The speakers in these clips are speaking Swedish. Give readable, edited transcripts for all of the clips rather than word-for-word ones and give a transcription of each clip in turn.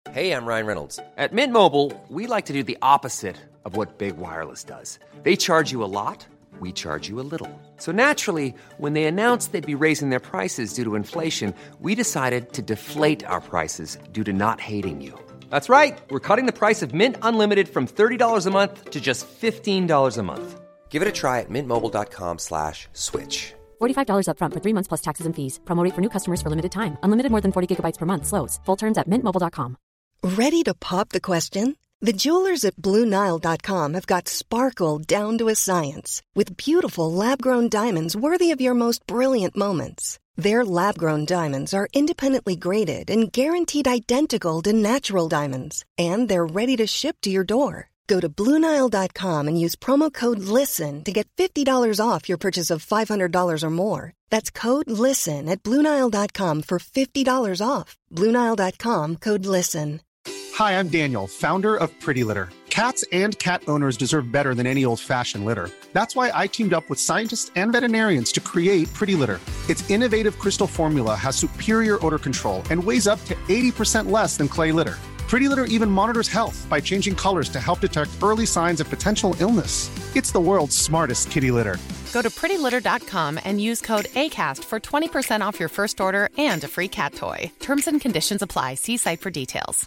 Hey, I'm Ryan Reynolds. At Mint Mobile, we like to do the opposite of what Big Wireless does. They charge you a lot, we charge you a little. So naturally, when they announced they'd be raising their prices due to inflation, we decided to deflate our prices due to not hating you. That's right. We're cutting the price of Mint Unlimited from $30 a month to just $15 a month. Give it a try at mintmobile.com/switch. $45 up front for 3 months plus taxes and fees. Promo rate for new customers for limited time. Unlimited more than 40 gigabytes per month. Slows full terms at mintmobile.com. Ready to pop the question? The jewelers at BlueNile.com have got sparkle down to a science with beautiful lab-grown diamonds worthy of your most brilliant moments. Their lab-grown diamonds are independently graded and guaranteed identical to natural diamonds, and they're ready to ship to your door. Go to BlueNile.com and use promo code LISTEN to get $50 off your purchase of $500 or more. That's code LISTEN at BlueNile.com for $50 off. BlueNile.com, code LISTEN. Hi, I'm Daniel, founder of Pretty Litter. Cats and cat owners deserve better than any old-fashioned litter. That's why I teamed up with scientists and veterinarians to create Pretty Litter. Its innovative crystal formula has superior odor control and weighs up to 80% less than clay litter. Pretty Litter even monitors health by changing colors to help detect early signs of potential illness. It's the world's smartest kitty litter. Go to prettylitter.com and use code ACAST for 20% off your first order and a free cat toy. Terms and conditions apply. See site for details.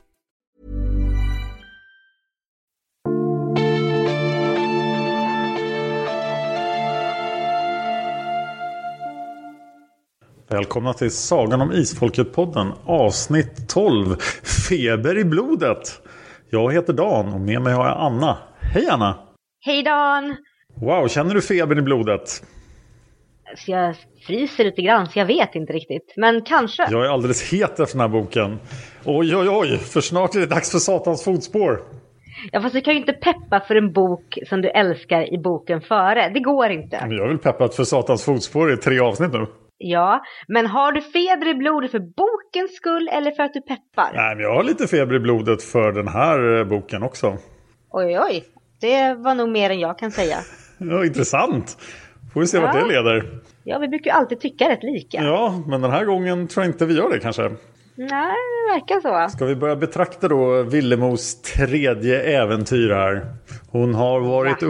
Välkomna till Sagan om Isfolket-podden, avsnitt 12, Feber i blodet. Jag heter Dan och med mig har jag Anna. Hej Anna! Hej Dan! Wow, känner du feber i blodet? Så jag fryser lite grann, så jag vet inte riktigt. Men kanske. Jag är alldeles het efter den här boken. Oj, för snart är det dags för Satans fotspår. Ja, fast du kan ju inte peppa för en bok som du älskar i boken före. Det går inte. Men jag vill peppat för Satans fotspår i 3 avsnitt nu. Ja, men har du feber i blodet för bokens skull eller för att du peppar? Nej, men jag har lite feber i blodet för den här boken också. Oj, det var nog mer än jag kan säga. Ja, intressant. Får vi se vart det leder. Ja, vi brukar ju alltid tycka rätt lika. Ja, men den här gången tror jag inte vi gör det kanske. Nej, det verkar så. Ska vi börja betrakta då Villemos 3:e äventyr här. Hon har varit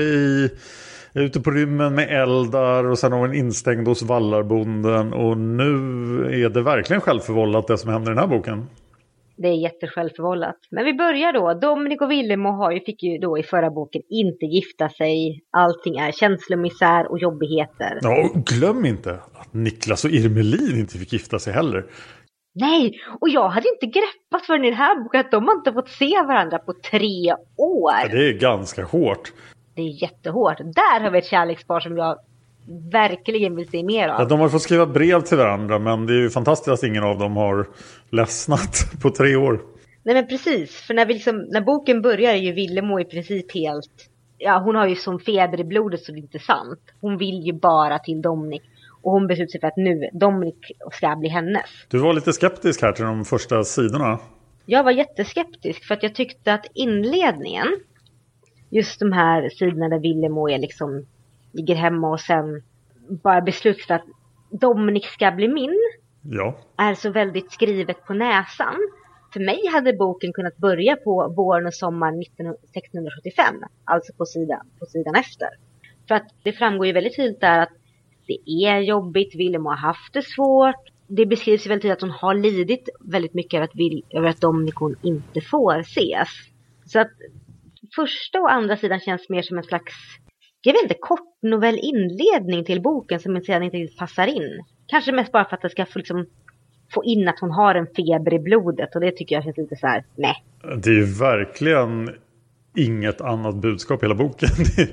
ute på rymmen med eldar och sen har hon instängd hos vallarbonden. Och nu är det verkligen självförvållat det som händer i den här boken. Det är jättesjälvförvållat. Men vi börjar då. Dominic och Villemo fick ju då i förra boken inte gifta sig. Allting är känslomisär och jobbigheter. Ja, och glöm inte att Niklas och Irmelin inte fick gifta sig heller. Nej, och jag hade inte greppat för den här boken att de har inte fått se varandra på 3 år. Ja, det är ganska hårt. Det är jättehårt. Där har vi ett kärlekspar som jag verkligen vill se mer av. Ja, de har fått skriva brev till varandra, men det är ju fantastiskt att ingen av dem har ledsnat på 3 år. Nej, men precis. För när boken börjar är ju Villemo i princip helt... Ja, hon har ju som feber i blodet så det är inte sant. Hon vill ju bara till Dominic. Och hon beslutar sig för att nu Dominic ska bli hennes. Du var lite skeptisk här till de första sidorna. Jag var jätteskeptisk för att jag tyckte att inledningen... Just de här sidorna där Villemo ligger hemma och sen bara beslutar för att Dominic ska bli min. Ja. Är så väldigt skrivet på näsan. För mig hade boken kunnat börja på våren och sommaren 1675. Alltså på sidan efter. För att det framgår ju väldigt tydligt där att det är jobbigt. Villemo har haft det svårt. Det beskrivs ju väldigt tydligt att hon har lidit väldigt mycket över att Dominic hon inte får ses. Så att första och andra sidan känns mer som en slags, jag vet inte, kortnovell inledning till boken som sedan inte passar in. Kanske mest bara för att det ska få in att hon har en feber i blodet. Och det tycker jag känns lite så här, nej. Det är ju verkligen inget annat budskap i hela boken.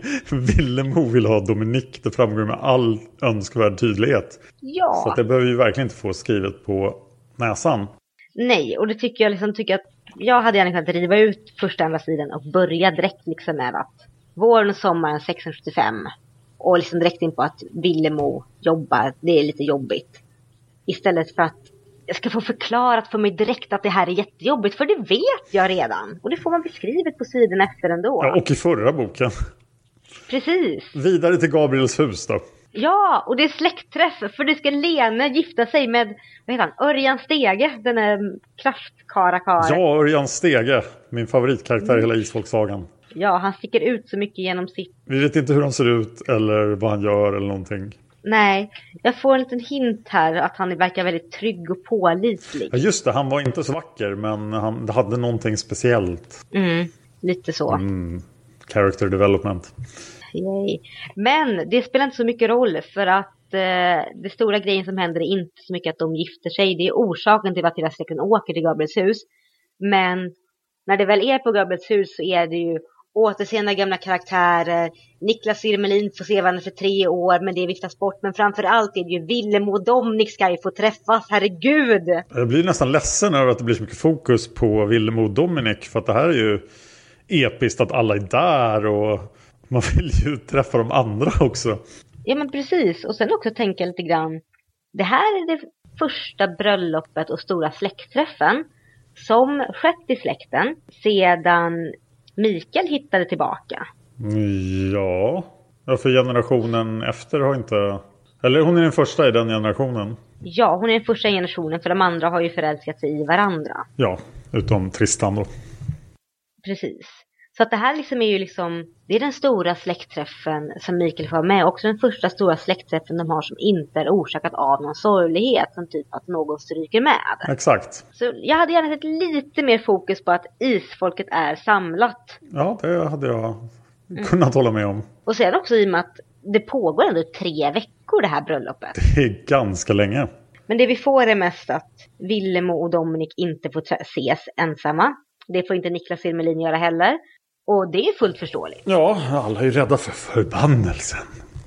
Villemo vill ha Dominic, det framgår med all önskvärd tydlighet. Ja. Så att det behöver ju verkligen inte få skrivet på näsan. Nej, och det tycker jag att jag hade gärna kunnat riva ut första andra sidan och börja direkt med att våren och sommaren 1675 och direkt in på att Villemo jobbar, det är lite jobbigt. Istället för att jag ska få förklarat för mig direkt att det här är jättejobbigt, för det vet jag redan. Och det får man beskrivet på sidan efter ändå. Ja, och i förra boken. Precis. Vidare till Gabriels hus då. Ja, och det är släktträff. För det ska Lene gifta sig med, vad heter han? Örjan Stege. Den är kraftkarakar. Ja, Örjan Stege. Min favoritkaraktär i hela Isfolksagan. Ja, han sticker ut så mycket genom sitt... Vi vet inte hur han ser ut eller vad han gör eller någonting. Nej, jag får en liten hint här att han verkar väldigt trygg och pålitlig. Ja, just det, han var inte så vacker men han hade någonting speciellt. Lite så. Character development. Yay. Men det spelar inte så mycket roll för att det stora grejen som händer är inte så mycket att de gifter sig. Det är orsaken till att hela släkten åker till Gabriels hus. Men när det väl är på Gabriels hus så är det ju återseende gamla karaktärer. Niklas Irmelin får se varandra för 3 år, men det viftas bort. Men framförallt är det ju Willem och Dominic ska ju få träffas, herregud. Jag blir nästan ledsen över att det blir så mycket fokus på Willem och Dominic. För att det här är ju episkt att alla är där och man vill ju träffa de andra också. Ja men precis, och sen också tänka lite grann. Det här är det första bröllopet och stora släktträffen som skett i släkten sedan Mikael hittade tillbaka. Ja, för generationen efter har inte... Eller hon är den första i den generationen. Ja, hon är den första generationen för de andra har ju förälskat sig i varandra. Ja, utom Tristan då. Precis. Så att det här liksom är ju liksom... Det är den stora släktträffen som Mikael får med. Också den första stora släktträffen de har som inte är orsakat av någon sorglighet. Som typ att någon stryker med. Exakt. Så jag hade gärna sett lite mer fokus på att isfolket är samlat. Ja, det hade jag kunnat hålla med om. Och sen också i och med att det pågår ändå 3 veckor det här bröllopet. Det är ganska länge. Men det vi får är mest att Willem och Dominic inte får ses ensamma. Det får inte Niklas Irmelin göra heller. Och det är fullt förståeligt. Ja, alla är ju rädda för förbannelsen.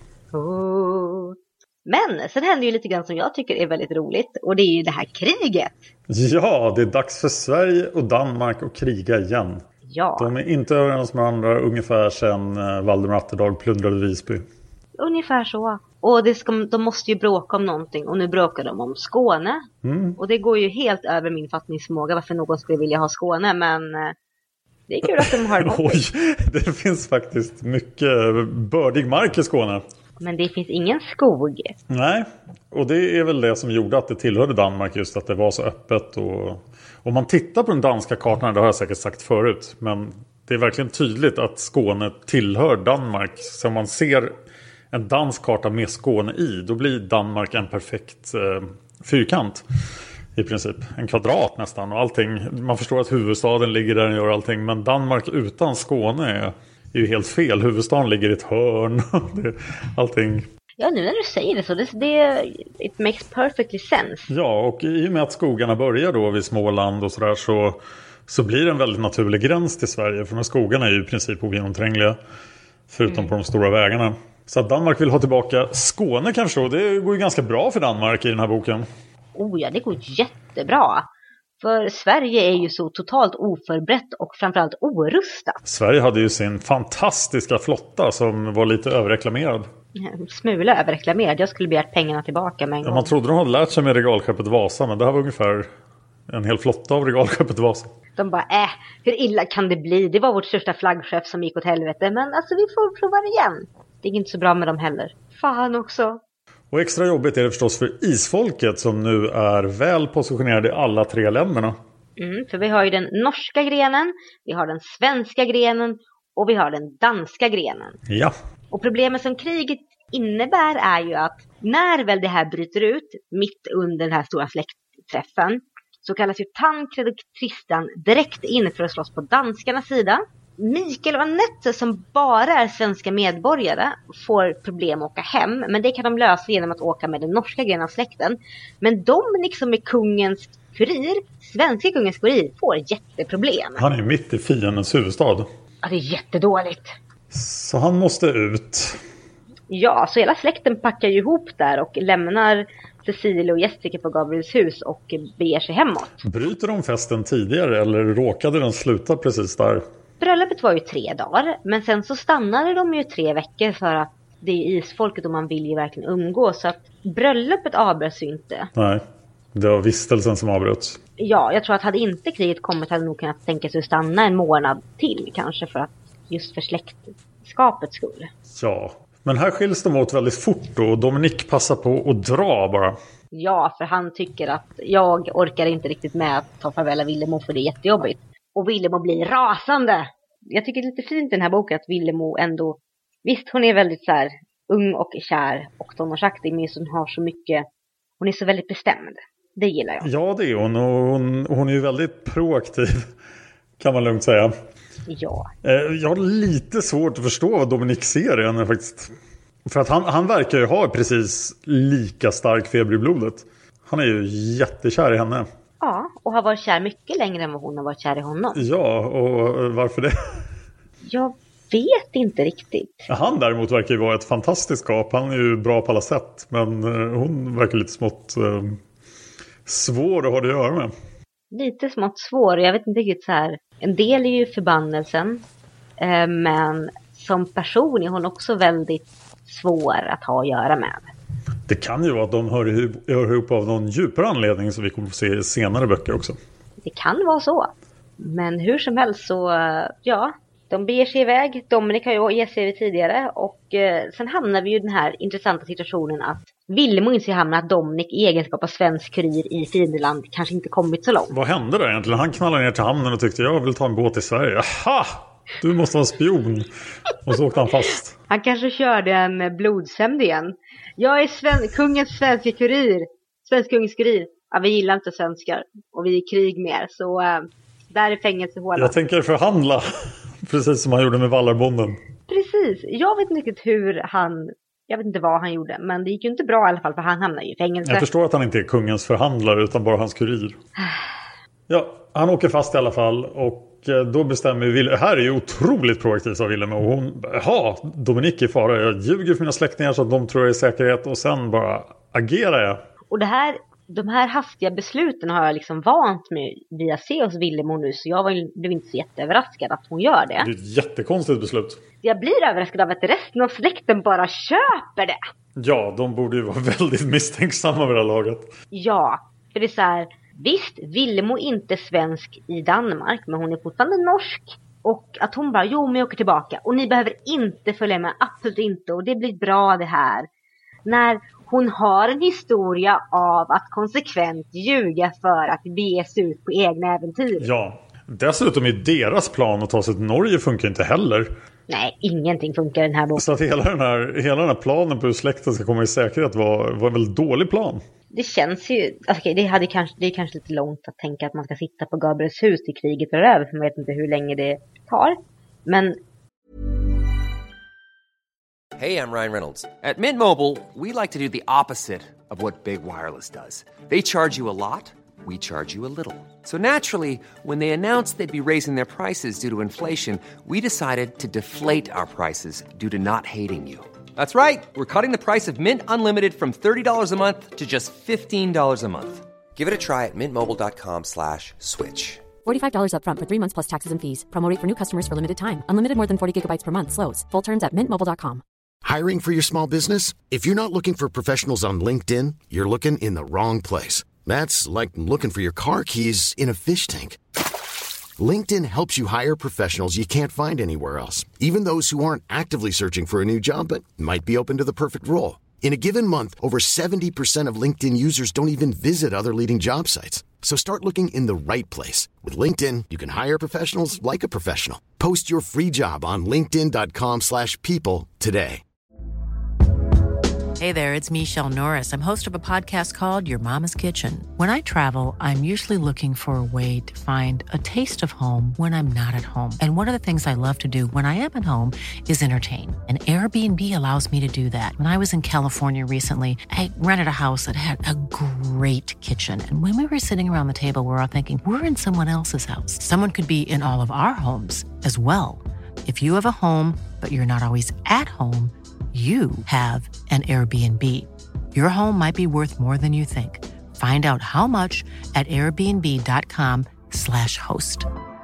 Men sen händer ju lite grann som jag tycker är väldigt roligt. Och det är ju det här kriget. Ja, det är dags för Sverige och Danmark att kriga igen. Ja. De är inte överens med andra ungefär sedan Valdemar Atterdag plundrade Visby. Ungefär så. Och de måste ju bråka om någonting. Och nu bråkar de om Skåne. Och det går ju helt över min fattningsförmåga varför någon skulle vilja ha Skåne. Men det är kul att de har Oj, det finns faktiskt mycket bördig mark i Skåne. Men det finns ingen skog. Nej, och det är väl det som gjorde att det tillhörde Danmark, just att det var så öppet. Och om man tittar på den danska kartan, det har jag säkert sagt förut, men det är verkligen tydligt att Skåne tillhör Danmark. Så om man ser en dansk karta med Skåne i, då blir Danmark en perfekt fyrkant. I princip, en kvadrat nästan och allting. Man förstår att huvudstaden ligger där och gör allting, men Danmark utan Skåne är ju helt fel. Huvudstaden ligger i ett hörn. Allting. Ja, nu när du säger det så, it makes perfectly sense. Ja, och i och med att skogarna börjar då vid Småland och sådär så blir det en väldigt naturlig gräns till Sverige. För de här skogarna är ju i princip ogenomträngliga, förutom på de stora vägarna. Så att Danmark vill ha tillbaka Skåne kanske, och det går ju ganska bra för Danmark i den här boken. Oh ja, det går jättebra. För Sverige är ju så totalt oförberett och framförallt orustat. Sverige hade ju sin fantastiska flotta som var lite överreklamerad. Smula överreklamerad. Jag skulle begärt pengarna tillbaka med en gång. Man trodde de hade lärt sig med regalskeppet Vasa, men det här var ungefär en hel flotta av regalskeppet Vasa. De bara, hur illa kan det bli? Det var vårt största flaggskepp som gick åt helvete. Men alltså vi får prova det igen. Det är inte så bra med dem heller. Fan också. Och extra jobbigt är det förstås för isfolket som nu är väl positionerade i alla 3 länderna. För vi har ju den norska grenen, vi har den svenska grenen och vi har den danska grenen. Ja. Och problemet som kriget innebär är ju att när väl det här bryter ut mitt under den här stora släktträffen så kallas ju Tancred och Tristan direkt in för att slåss på danskarnas sida. Mikael och Annette som bara är svenska medborgare får problem att åka hem. Men det kan de lösa genom att åka med den norska grenen av släkten. Men de liksom är kungens kurir, svenska kungens kurir, får jätteproblem. Han är mitt i fiendens huvudstad. Ja, det är jättedåligt. Så han måste ut. Ja, så hela släkten packar ju ihop där och lämnar Cecilia och Jessica på Gabriels hus och beger sig hemåt. Bryter de festen tidigare eller råkade den sluta precis där? Bröllopet var ju 3 dagar, men sen så stannade de ju 3 veckor för att det är isfolket och man vill ju verkligen umgås. Så att bröllopet avbröts ju inte. Nej, det var vistelsen som avbröts. Ja, jag tror att hade inte kriget kommit hade nog kunnat tänka sig att stanna en månad till kanske för att just för släktskapets skull. Ja, Men här skiljs de åt väldigt fort då, och Dominic passar på att dra bara. Ja, för han tycker att jag orkar inte riktigt med att ta farväl av Villemo för det är jättejobbigt. Och Villemo blir rasande. Jag tycker det är lite fint i den här boken att Villemo ändå, visst hon är väldigt så här ung och kär och tonårsaktig, men hon har så mycket, hon är så väldigt bestämd. Det gillar jag. Ja, det är hon, och hon är ju väldigt proaktiv, kan man lugnt säga. Ja. Jag har lite svårt att förstå vad Dominic ser i henne faktiskt. För att han verkar ju ha precis lika stark feber i blodet. Han är ju jättekär i henne. Ja, och har varit kär mycket längre än vad hon har varit kär i honom. Ja, och varför det? Jag vet inte riktigt. Han däremot verkar ju vara ett fantastiskt skap. Han är ju bra på alla sätt. Men hon verkar lite smått svår att ha det att göra med. Lite smått svår. Jag vet inte riktigt så här. En del är ju förbannelsen. Men som person är hon också väldigt svår att ha att göra med. Det kan ju vara att de hör ihop av någon djupare anledning som vi kommer att se i senare böcker också. Det kan vara så. Men hur som helst så, ja, de beger sig iväg. Dominic har ju gett sig tidigare. Och sen hamnar vi ju i den här intressanta situationen att Villemo inser i hamnen att Dominic i egenskap av svensk kurir i fiendeland kanske inte kommit så långt. Vad hände där egentligen? Han knallade ner till hamnen och tyckte jag vill ta en båt i Sverige. Aha! Du måste vara en spion. Och så åkte han fast. Han kanske körde en blodshämnd igen. Jag är kungens svenska kurir. Svensk kungens kurir. Ja, vi gillar inte svenskar. Och vi är i krig mer. Så där är fängelsehålan. Jag tänker förhandla. Precis som han gjorde med Vallarbonden. Precis. Jag vet inte riktigt hur han... Jag vet inte vad han gjorde. Men det gick ju inte bra i alla fall. För han hamnade i fängelse. Jag förstår att han inte är kungens förhandlare utan bara hans kurir. Ja, han åker fast i alla fall. Och då bestämmer vi... Här är ju otroligt proaktivt av Villemo. Och hon... Dominic är i fara. Jag ljuger för mina släktingar så att de tror jag är i säkerhet. Och sen bara agerar jag. Och de här hastiga besluten har jag liksom vant mig via se hos Villemo nu. Så jag blev inte så jätteöverraskad att hon gör det. Det är ett jättekonstigt beslut. Jag blir överraskad av att resten av släkten bara köper det. Ja, de borde ju vara väldigt misstänksamma vid det här laget. Ja, för det är så här... Visst, Villemo är inte svensk i Danmark, men hon är fortfarande norsk. Och att hon bara, men jag åker tillbaka. Och ni behöver inte följa med, absolut inte. Och det blir bra det här. När hon har en historia av att konsekvent ljuga för att bege sig ut på egna äventyr. Ja, dessutom är deras plan att ta sig till Norge funkar inte heller. Nej, ingenting funkar i den här boken. Så att hela den här planen på hur släkten ska komma i säkerhet var en väldigt dålig plan. Det känns ju... Okej, det är kanske lite långt att tänka att man ska sitta på Gabriels hus till kriget är över. För man vet inte hur länge det tar. Men... Hey, I'm Ryan Reynolds. At Mint Mobile, we like to do the opposite of what Big Wireless does. They charge you a lot, we charge you a little. So naturally, when they announced they'd be raising their prices due to inflation, we decided to deflate our prices due to not hating you. That's right. We're cutting the price of Mint Unlimited from $30 a month to just $15 a month. Give it a try at mintmobile.com/switch. $45 up front for 3 months plus taxes and fees. Promo rate for new customers for limited time. Unlimited more than 40 gigabytes per month slows. Full terms at mintmobile.com. Hiring for your small business? If you're not looking for professionals on LinkedIn, you're looking in the wrong place. That's like looking for your car keys in a fish tank. LinkedIn helps you hire professionals you can't find anywhere else, even those who aren't actively searching for a new job but might be open to the perfect role. In a given month, over 70% of LinkedIn users don't even visit other leading job sites. So start looking in the right place. With LinkedIn, you can hire professionals like a professional. Post your free job on linkedin.com/people today. Hey there, it's Michelle Norris. I'm host of a podcast called Your Mama's Kitchen. When I travel, I'm usually looking for a way to find a taste of home when I'm not at home. And one of the things I love to do when I am at home is entertain. And Airbnb allows me to do that. When I was in California recently, I rented a house that had a great kitchen. And when we were sitting around the table, we're all thinking, we're in someone else's house. Someone could be in all of our homes as well. If you have a home, but you're not always at home, you have an Airbnb. Your home might be worth more than you think. Find out how much at airbnb.com/host.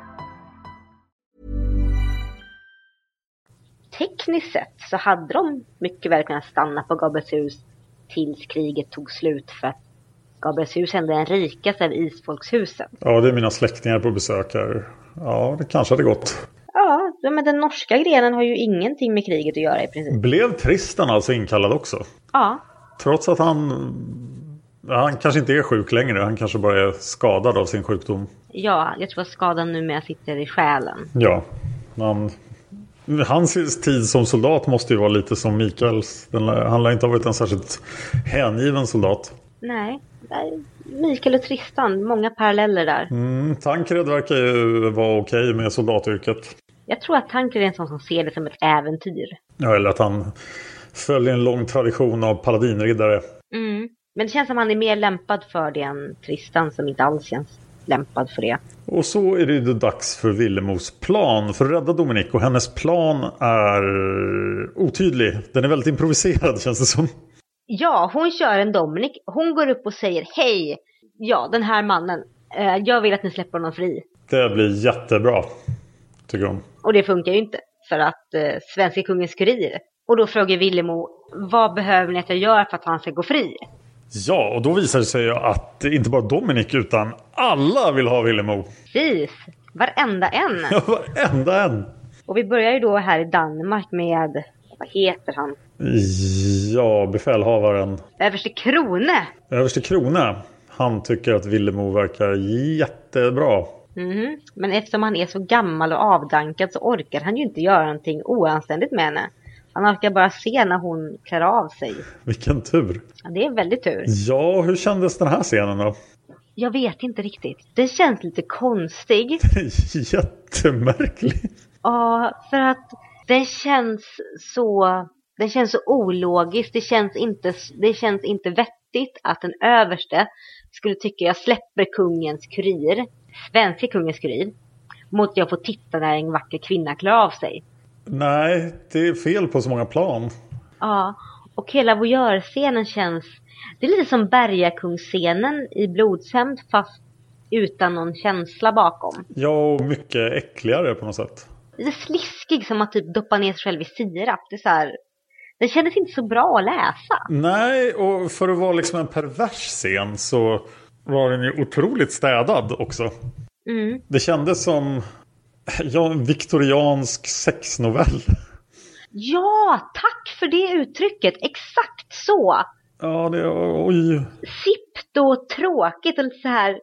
Tekniskt sett så hade de mycket väl kunnat stanna på Gabriels hus tills kriget tog slut. För att Gabriels hus är den rikaste av isfolkshusen. Ja, det är mina släktingar på besök här. Ja, det kanske hade gått. Ja, men den norska grenen har ju ingenting med kriget att göra i princip. Blev Tristan alltså inkallad också? Ja. Trots att han kanske inte är sjuk längre. Han kanske bara är skadad av sin sjukdom. Ja, jag tror att skadan numera sitter i själen. Ja, men hans tid som soldat måste ju vara lite som Mikaels. Han lär inte ha varit en särskilt hängiven soldat. Nej, Mikael och Tristan, många paralleller där. Tancred verkar ju vara okej med soldatyrket. Jag tror att Tancred är en sån som ser det som ett äventyr. Ja, eller att han följer en lång tradition av paladinriddare. Men det känns som han är mer lämpad för det än Tristan som inte alls känns lämpad för det. Och så är det ju dags för Villemos plan för att rädda Dominic. Och hennes plan är otydlig. Den är väldigt improviserad, känns det som. Ja, hon kör en Dominic. Hon går upp och säger hej, ja, den här mannen. Jag vill att ni släpper honom fri. Det blir jättebra, tycker hon. Och det funkar ju inte för att svenska kungens kurir. Och då frågar Villemo, vad behöver ni att jag gör för att han ska gå fri? Ja, och då visar det sig att inte bara Dominic utan alla vill ha Villemo. Precis, varenda en. Ja, varenda en. Och vi börjar ju då här i Danmark med, vad heter han? Ja, befälhavaren. Överste Krone. Överste Krone. Han tycker att Villemo verkar jättebra. Men eftersom han är så gammal och avdankad så orkar han ju inte göra någonting oanständigt med henne. Han orkar bara se när hon klär av sig. Vilken tur. Ja, det är väldigt tur. Ja, hur kändes den här scenen då? Jag vet inte riktigt. Den känns lite konstig. Jättemärklig. Ja, för att den känns så ologisk. Det känns inte vettigt att en överste skulle tycka jag släpper kungens kurir, svenska kungens kurir, mot att jag får titta när en vacker kvinna klär av sig. Nej, det är fel på så många plan. Ja, och hela voyeur-scenen känns... Det är lite som Bergakungsscenen i Blodshämnd fast utan någon känsla bakom. Ja, och mycket äckligare på något sätt. Lite sliskig, som att typ doppa ner sig själv i sirap. Det är så här... Den kändes inte så bra att läsa. Nej, och för att vara liksom en pervers scen så var den ju otroligt städad också. Det kändes som en viktoriansk sexnovell. Ja, tack för det uttrycket. Exakt så. Ja, det är... Oj. Sippt och tråkigt och lite så här...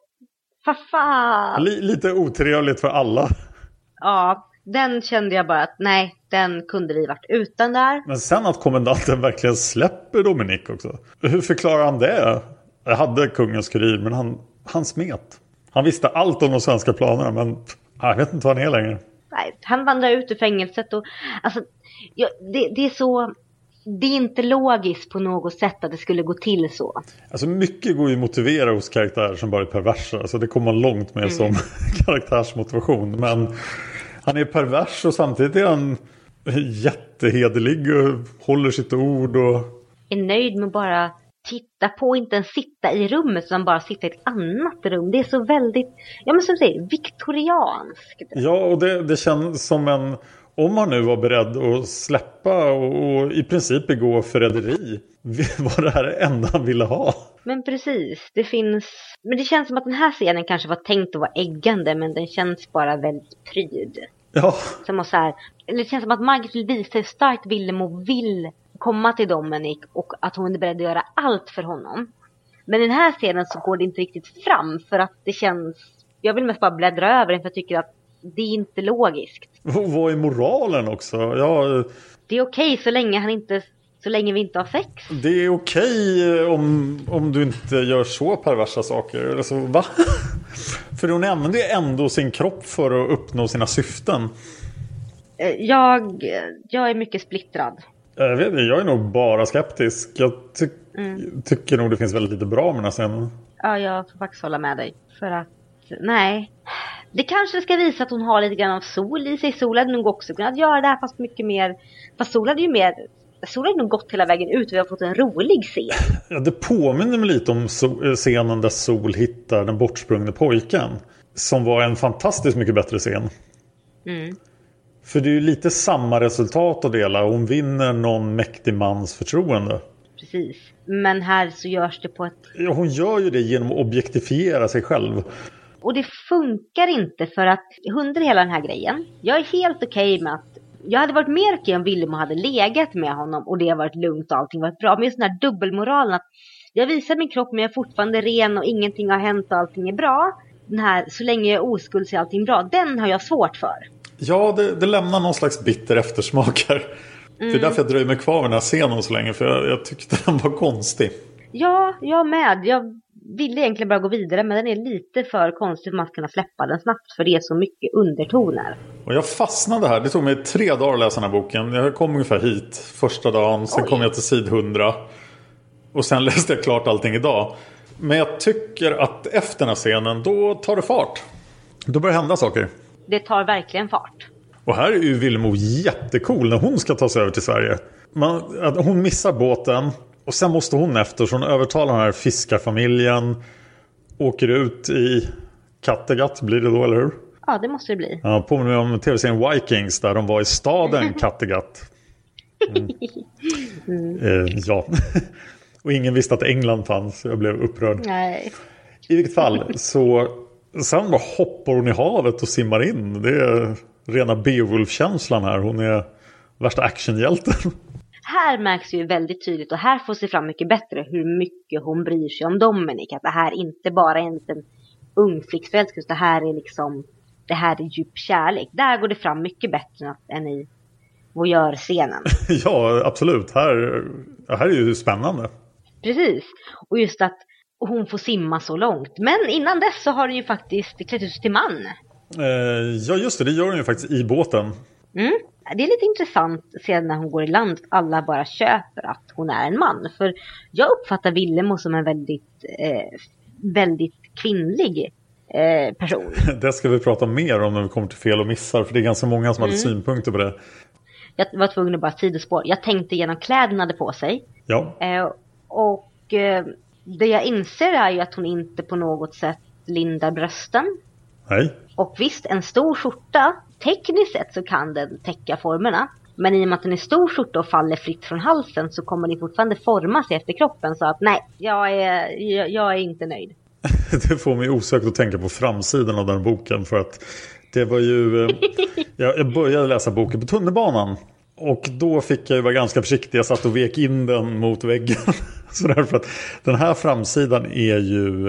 Fan. Lite otrevligt för alla. Ja, den kände jag bara att nej, den kunde vi varit utan där. Men sen att kommendanten verkligen släpper Dominic också. Hur förklarar han det? Jag hade kungens kurir, men han smet. Han visste allt om de svenska planerna, men jag vet inte vad han är längre. Nej, han vandrar ut ur fängelset och alltså, ja, det är så... Det är inte logiskt på något sätt att det skulle gå till så. Alltså mycket går ju motivera hos karaktärer som bara är perversa. Alltså det kommer man långt med som karaktärsmotivation. Men han är pervers och samtidigt är han jättehederlig och håller sitt ord. Och är nöjd med att bara titta på, inte ens sitta i rummet utan bara sitta i ett annat rum. Det är så väldigt, ja men som du säger, viktorianskt. Ja, och det känns som en... Om man nu var beredd att släppa och i princip begå förräderi, var det här det enda han ville ha. Men precis, men det känns som att den här scenen kanske var tänkt att vara äggande, men den känns bara väldigt pryd. Ja. Som att så här, eller det känns som att Margit vill visa hur starkt Villemo vill komma till Dominic och att hon är beredd att göra allt för honom. Men i den här scenen så går det inte riktigt fram för att det känns... Jag vill mest bara bläddra över den för jag tycker att det är inte logiskt. Vad är moralen också? Ja, det är okej så länge vi inte har sex. Det är okej om du inte gör så perversa saker. Alltså, va? För hon använder ju ändå sin kropp för att uppnå sina syften. Jag är mycket splittrad. Jag vet inte, jag är nog bara skeptisk. Jag tycker nog det finns väldigt lite bra med den här scenen. Ja, jag får faktiskt hålla med dig. För att, nej... Det kanske ska visa att hon har lite grann av sol i sig. Sol hade nog också kunnat göra det här fast mycket mer. Fast Sol hade nog gått hela vägen ut och vi har fått en rolig scen. Ja, det påminner mig lite om scenen där Sol hittar den bortsprungna pojken. Som var en fantastiskt mycket bättre scen. För det är ju lite samma resultat att dela. Hon vinner någon mäktig mans förtroende. Precis. Men här så görs det på ett... Ja, hon gör ju det genom att objektifiera sig själv. Och det funkar inte för att under hela den här grejen, jag är helt okej med att jag hade varit mer okej om Willem hade legat med honom och det har varit lugnt och allting varit bra. Men just den här dubbelmoralen att jag visar min kropp men jag är fortfarande ren och ingenting har hänt och allting är bra. Den här, så länge jag är oskuld så är allting bra, den har jag svårt för. Ja, det lämnar någon slags bitter eftersmak här. Det är därför jag dröjer mig kvar med den här scenen så länge, för jag tyckte den var konstig. Ja, jag med. Jag ville egentligen bara gå vidare, men den är lite för konstig för att man ska kunna släppa den snabbt, för det är så mycket undertoner. Och jag fastnade här. Det tog mig 3 dagar att läsa den här boken. Jag kom ungefär hit första dagen, sen kom jag till sid 100. Och sen läste jag klart allting idag. Men jag tycker att efter den här scenen, då tar det fart. Då börjar hända saker. Det tar verkligen fart. Och här är ju Villemo jättecool när hon ska ta sig över till Sverige. Hon missar båten och sen måste hon efter, så hon övertalar den här fiskarfamiljen. Åker ut i Kattegatt, blir det då, eller hur? Ja, det måste det bli. Ja, påminner mig om tv-serien Vikings där de var i staden Kattegatt. Ja. Och ingen visste att England fanns, så jag blev upprörd. Nej. I vilket fall, så sen bara hoppar hon i havet och simmar in. Det är rena Beowulf-känslan här. Hon är värsta actionhjälten. Här märks ju väldigt tydligt, och här får se fram mycket bättre hur mycket hon bryr sig om Dominic. Att det här inte bara är en liten ung flickfälskust, det här är liksom, det här är djup kärlek. Där går det fram mycket bättre än i voyeur-scenen. Ja, absolut. Här är ju spännande. Precis. Och just att hon får simma så långt. Men innan dess så har hon ju faktiskt klätt ut sig till man. Ja, just det. Det gör hon ju faktiskt i båten. Det är lite intressant sedan när hon går i land. Alla bara köper att hon är en man. För jag uppfattar Villemo som en väldigt kvinnlig person. Det ska vi prata mer om när vi kommer till fel och missar. För det är ganska många som hade synpunkter på det. Jag var tvungen att bara sidospår. Jag tänkte genom kläderna hade på sig. Ja. Och det jag inser är ju att hon inte på något sätt lindar brösten. Nej. Och visst, en stor skjorta, tekniskt sett så kan den täcka formerna. Men i och med att den är stor skjorta och faller fritt från halsen så kommer den fortfarande forma sig efter kroppen. Så att nej, jag är inte nöjd. Det får mig osökt att tänka på framsidan av den boken. För att det var ju... jag började läsa boken på tunnelbanan. Och då fick jag ju vara ganska försiktig. Jag satt och vek in den mot väggen. Så därför att den här framsidan är ju...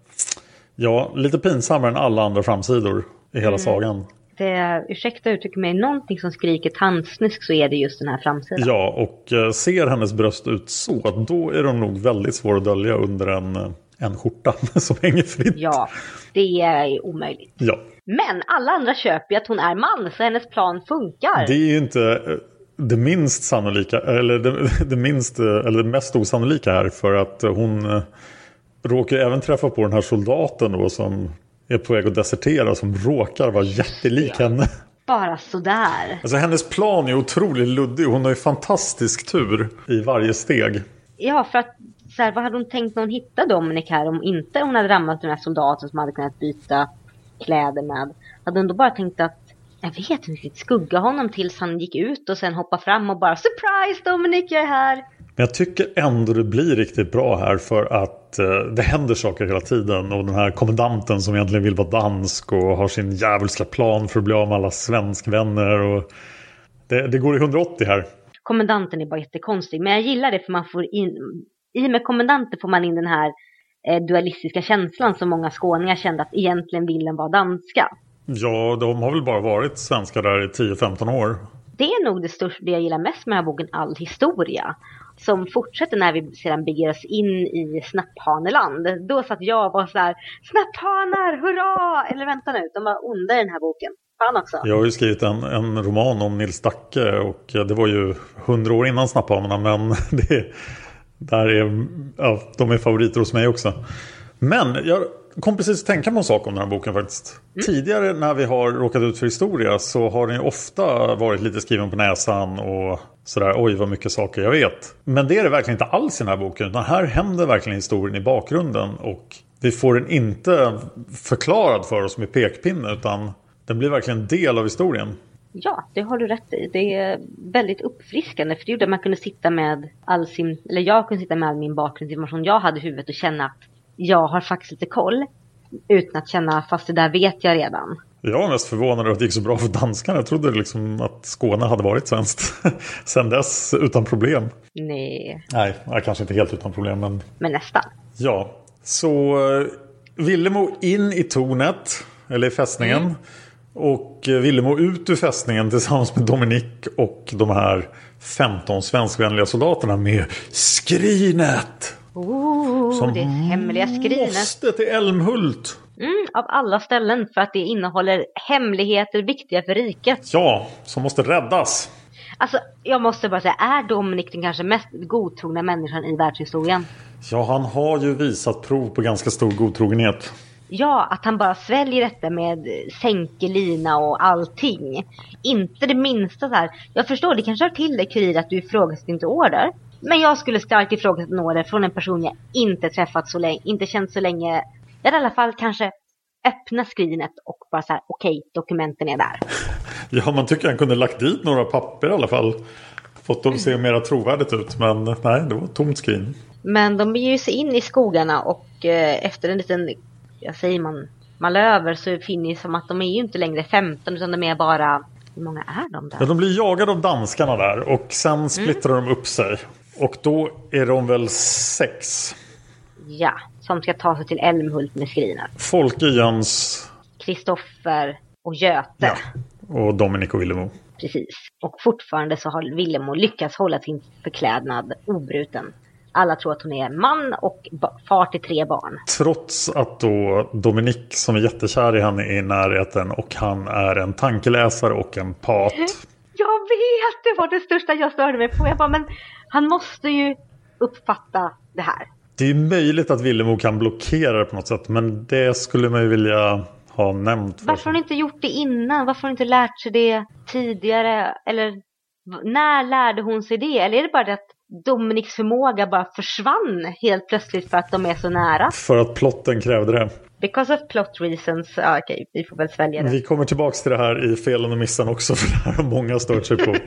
lite pinsammare än alla andra framsidor i hela sagan. Ursäkta uttrycker mig, någonting som skriker tandsnusk så är det just den här framsidan. Ja, och ser hennes bröst ut så, då är de nog väldigt svår att dölja under en skjorta som hänger fritt. Ja, det är omöjligt. Ja. Men alla andra köper ju att hon är man, så hennes plan funkar. Det är ju inte det minst sannolika, eller det mest osannolika här, för att hon råkar även träffa på den här soldaten då som är på väg att desertera, som råkar vara jättelik henne. Bara sådär. Alltså hennes plan är otroligt luddig. Hon har ju fantastisk tur i varje steg. Ja, för att så här, vad hade hon tänkt när hon hittade Dominic här om inte hon hade ramlat den här soldaten som hade kunnat byta kläder med? Hade hon då bara tänkt att jag vet inte, skugga honom tills han gick ut och sen hoppa fram och bara surprise Dominic, jag är här. Men jag tycker ändå det blir riktigt bra här, för att det händer saker hela tiden. Och den här kommandanten som egentligen vill vara dansk och har sin djävulska plan för att bli av med alla svenskvänner. Och det går i 180 här. Kommandanten är bara jättekonstig, men jag gillar det för man får in, i och med kommandanten får man in den här dualistiska känslan som många skåningar kände att egentligen Willem var danska. Ja, de har väl bara varit svenskar där i 10-15 år. Det är nog det jag gillar mest med den här boken, all historia. Som fortsätter när vi sedan beger oss in i Snapphaneland. Då satt jag och var så här: snapphanar, hurra! Eller vänta nu, de var onda i den här boken. Fan också. Jag har ju skrivit en roman om Nils Dacke, och det var ju 100 år innan snapphanerna, men de är favoriter hos mig också. Men jag kom precis att tänka på en sak om den här boken faktiskt. Tidigare när vi har råkat ut för historia så har den ju ofta varit lite skriven på näsan och sådär, oj vad mycket saker jag vet. Men det är det verkligen inte alls i den här boken, utan här händer verkligen historien i bakgrunden och vi får den inte förklarad för oss med pekpinne, utan den blir verkligen en del av historien. Ja, det har du rätt i. Det är väldigt uppfriskande, för det gjorde att man kunde sitta med jag kunde sitta med all min bakgrundsinformation jag hade i huvudet och känna att jag har faktiskt lite koll. utan att känna, fast det där vet jag redan. Jag var mest förvånad över att det gick så bra för danskarna. Jag trodde liksom att Skåne hade varit svenskt sen dess utan problem. Nej, kanske inte helt utan problem. men nästan. Ja, så Villemo in i tornet, eller i fästningen. Och Villemo ut ur fästningen tillsammans med Dominique och de här 15 svenskvänliga soldaterna med skrinet. Som det hemliga skrinet. Måste till Älmhult. Av alla ställen, för att det innehåller hemligheter viktiga för riket. Ja, som måste räddas. Alltså, jag måste bara säga, är Dominic den kanske mest godtrogna människan i världshistorien? Ja, han har ju visat prov på ganska stor godtrogenhet. Ja, att han bara sväljer detta med sänkelina och allting. Inte det minsta så här. Jag förstår, det kanske hör till det, Curie, att du ifrågasätter inte order. Men jag skulle starkt ifrågasätta en order från en person jag inte träffat så länge, inte känt så länge. Jag hade i alla fall kanske öppna skrinet och bara så här, okej, dokumenten är där. Ja, man tycker han kunde lagt dit några papper i alla fall. Fått dem se mer trovärdigt ut, men nej, det var tomt skrin. Men de beger sig in i skogarna och efter en liten, jag säger manöver, så finner det som att de är ju inte längre 15 utan de är bara, hur många är de där? Ja, de blir jagade av danskarna där och sen splittrar de upp sig. Och då är de väl 6. Ja, som ska ta sig till Älmhult med skrinet. Folke, Jöns, Kristoffer och Göte. Ja, och Dominic och Villemo. Precis. Och fortfarande så har Villemo lyckats hålla sin förklädnad obruten. Alla tror att hon är man och far till 3 barn. Trots att då Dominic, som är jättekär i henne, är i närheten och han är en tankeläsare och en pat. Jag vet, det var det största jag störde mig på. Jag bara, men han måste ju uppfatta det här. Det är möjligt att Villemo kan blockera det på något sätt, men det skulle man ju vilja ha nämnt. Varför har hon inte gjort det innan? Varför har hon inte lärt sig det tidigare? Eller när lärde hon sig det? Eller är det bara det att Dominics förmåga bara försvann helt plötsligt för att de är så nära? För att plotten krävde det. Because of plot reasons. Okej, vi får väl svälja det. Vi kommer tillbaka till det här i felen och missan också, för det här har många stört sig på.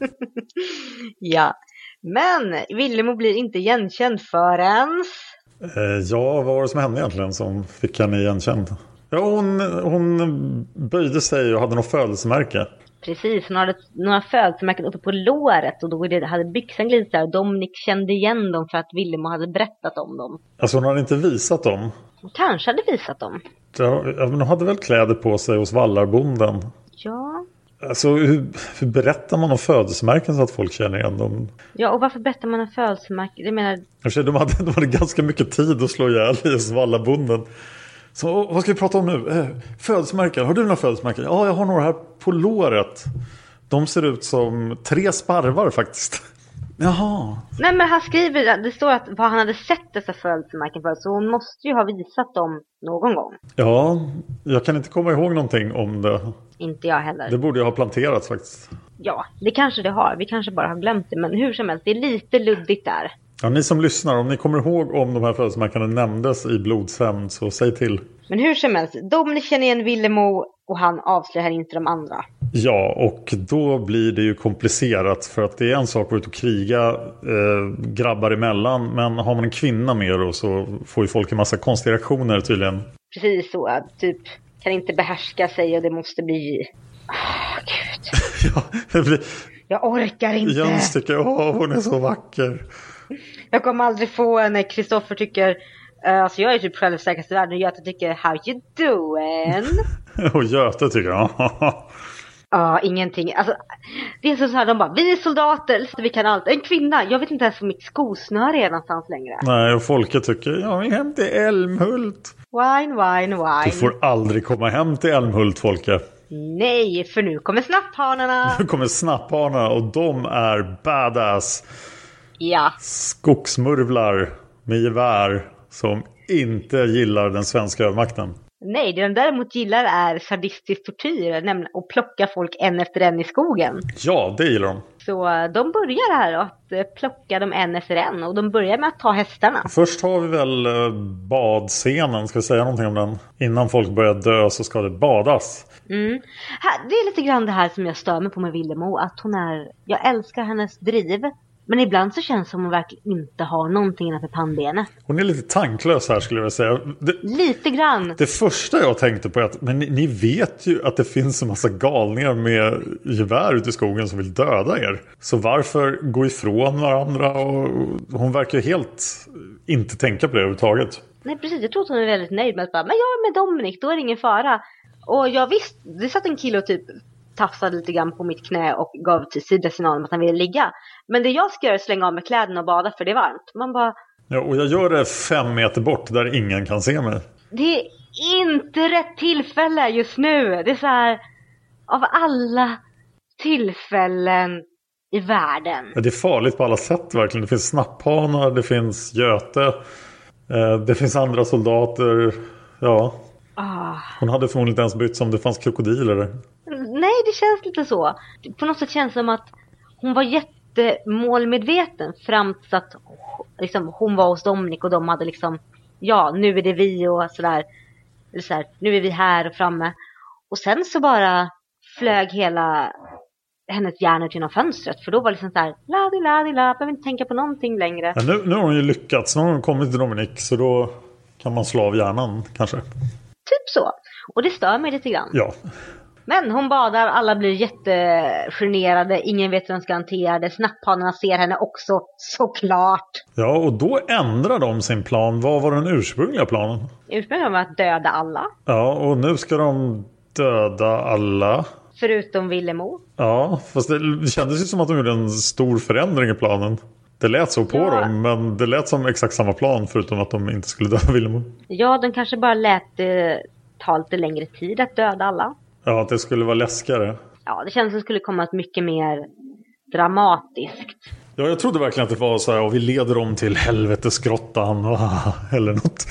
Ja, men Villemo blir inte igenkänd förrän... Ja, vad var det som hände egentligen som fick henne igenkänd? Ja, hon böjde sig och hade något födelsemärke. Precis, hon hade några födelsemärken uppe på låret och då hade byxan glidit där. Dominic kände igen dem för att Villemo hade berättat om dem. Alltså hon hade inte visat dem? Hon kanske hade visat dem. Ja, men hon hade väl kläder på sig hos vallarbonden? Ja. Alltså hur berättar man om födelsemärken så att folk känner igen dem? Ja, och varför berättar man om födelsemärken? Jag menar... De hade ganska mycket tid att slå ihjäl hos vallarbonden. Så vad ska vi prata om nu? Födelsemärken. Har du några födelsemärken? Ja, jag har några här på låret. De ser ut som 3 sparvar faktiskt. Jaha. Nej, men han skriver, det står att vad han hade sett dessa födelsemärken för. Så hon måste ju ha visat dem någon gång. Ja, jag kan inte komma ihåg någonting om det. Inte jag heller. Det borde jag ha planterats faktiskt. Ja, det kanske det har. Vi kanske bara har glömt det. Men hur som helst, det är lite luddigt där. Ja, ni som lyssnar, om ni kommer ihåg om de här födelsemärkena nämndes i Blodshämnd, så säg till. Men hur som helst, Dominic känner igen Villemo och han avslöjar här inför de andra. Ja, och då blir det ju komplicerat för att det är en sak att gå ut och kriga grabbar emellan. Men har man en kvinna med då så får ju folk en massa konstiga reaktioner tydligen. Precis så, typ kan inte behärska sig och det måste bli... Gud. Ja, det blir... Jag orkar inte. Jöns tycker, hon är så vacker. Jag kommer aldrig få när Kristoffer tycker... alltså jag är typ självsäkerst i världen och Göte tycker, how you doing? Och Göte tycker, ja, ingenting. Alltså, det är så här, de bara, vi är soldater, så vi kan allt. En kvinna, jag vet inte ens hur mitt skosnöre är någonstans längre. Nej, och folket tycker, ja, vi är hem till Älmhult. Wine. Du får aldrig komma hem till Älmhult, Folke. Nej, för nu kommer snapphanarna. Nu kommer snapphanarna och de är badass. Ja. Skogsmurvlar med gevär som inte gillar den svenska övermakten. Nej, det de däremot gillar är sadistisk tortyr, nämligen att plocka folk en efter en i skogen. Ja, det gillar de. Så de börjar här att plocka dem en efter en och de börjar med att ta hästarna. Först har vi väl badscenen, ska vi säga någonting om den? Innan folk börjar dö så ska det badas. Det är lite grann det här som jag stör mig på med Villemo, att hon är, jag älskar hennes driv. Men ibland så känns det som hon verkligen inte har någonting innanför pannbenet. Hon är lite tanklös här skulle jag vilja säga. Lite grann. Det första jag tänkte på är att men ni vet ju att det finns en massa galningar med gevär ute i skogen som vill döda er. Så varför gå ifrån varandra? Och hon verkar helt inte tänka på det överhuvudtaget. Nej precis, jag tror att hon är väldigt nöjd med att bara, men jag är med Dominic, då är det ingen fara. Och jag visst, det satt en kille och typ tafsade lite grann på mitt knä och gav till sidasignalen att han ville ligga. Men det jag ska göra är att slänga av med kläderna och bada för det är varmt. Man bara... Ja, och jag gör det 5 meter bort där ingen kan se mig. Det är inte rätt tillfälle just nu. Det är så här, av alla tillfällen i världen. Ja, det är farligt på alla sätt verkligen. Det finns snapphanar, det finns göte, det finns andra soldater. Ja. Hon hade förmodligen inte ens bytt som det fanns krokodiler där. Nej, det känns lite så. På något sätt känns det som att hon var jättemålmedveten fram till att liksom, hon var hos Dominic och de hade liksom, ja, nu är det vi och sådär. Eller så här, nu är vi här och framme. Och sen så bara flög hela hennes hjärna ut genom fönstret. För då var det liksom så här, la, behöver inte tänka på någonting längre. Ja, nu har hon ju lyckats, nu har hon kommit till Dominic, så då kan man slå av hjärnan kanske. Typ så. Och det stör mig lite grann. Ja. Men hon badar, alla blir jättegenerade, ingen vet hur de ska hantera det. Snapphanarna ser henne också, såklart. Ja, och då ändrar de sin plan. Vad var den ursprungliga planen? Ursprungligen var att döda alla. Ja, och nu ska de döda alla. Förutom Villemo. Ja, fast det kändes ju som att de gjorde en stor förändring i planen. Det lät så på dem, men det lät som exakt samma plan förutom att de inte skulle döda Villemo. Ja, de kanske bara lät det ta lite längre tid att döda alla. Ja, att det skulle vara läskigare. Ja, det känns som att det skulle komma ett mycket mer dramatiskt. Ja, jag trodde verkligen att det var så här, och vi leder dem till helvetesgrottan eller något.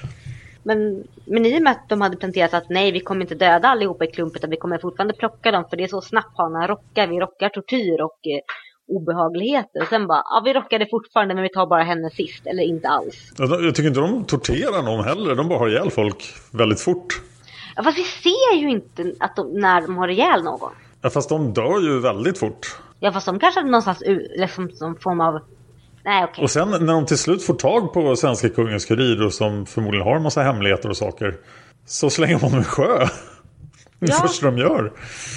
Men i och med att de hade planterat att nej, vi kommer inte döda allihopa i klump utan vi kommer fortfarande plocka dem, för det är så snapphanar rockar. Vi rockar tortyr och obehagligheter. Och sen bara, ja, vi rockar det fortfarande men vi tar bara henne sist, eller inte alls. Jag tycker inte de torterar någon heller, de bara har ihjäl folk väldigt fort. Ja, fast vi ser ju inte att när de har ihjäl någon. Ja, fast de dör ju väldigt fort. Ja, fast de kanske hade någonstans liksom, som form av... Nej, okej. Och sen när de till slut får tag på svenska kungens kurirer som förmodligen har en massa hemligheter och saker, så slänger man dem i sjö. Det första de gör.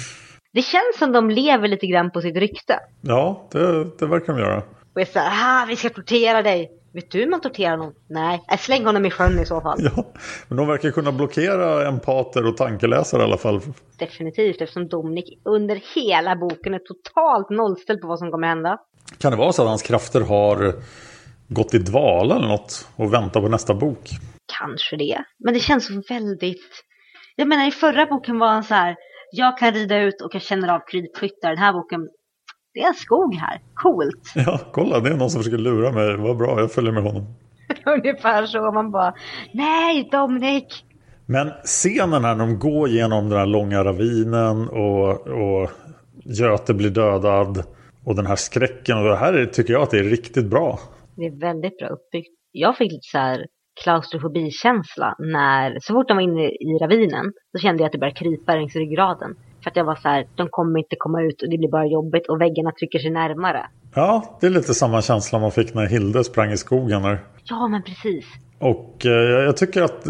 Det känns som de lever lite grann på sitt rykte. Ja, det verkar de göra. Och jag säger, vi ska tortera dig. Vet du hur man torterar någon? Nej, släng honom i sjön i så fall. Ja, men de verkar kunna blockera empater och tankeläsare i alla fall. Definitivt, eftersom Dominic under hela boken är totalt nollställd på vad som kommer hända. Kan det vara så att hans krafter har gått i dvala eller något och väntar på nästa bok? Kanske det. Men det känns så väldigt... Jag menar, i förra boken var han så här, jag kan rida ut och jag känner av krypskyttar. Den här boken, det är en skog här. Coolt. Ja, kolla, det är någon som försöker lura mig. Vad bra, jag följer med honom. Ungefär så, man bara, nej Dominic. Men scenen när de går genom den här långa ravinen och Göte blir dödad och den här skräcken, och det här tycker jag att det är riktigt bra. Det är väldigt bra uppbyggt. Jag fick lite så här klaustrofobikänsla när, så fort de var inne i ravinen, så kände jag att det började krypa längs ryggraden. För att jag var så här, de kommer inte komma ut och det blir bara jobbigt och väggarna trycker sig närmare. Ja, det är lite samma känsla man fick när Hilde sprang i skogen där. Ja, men precis. Och jag tycker att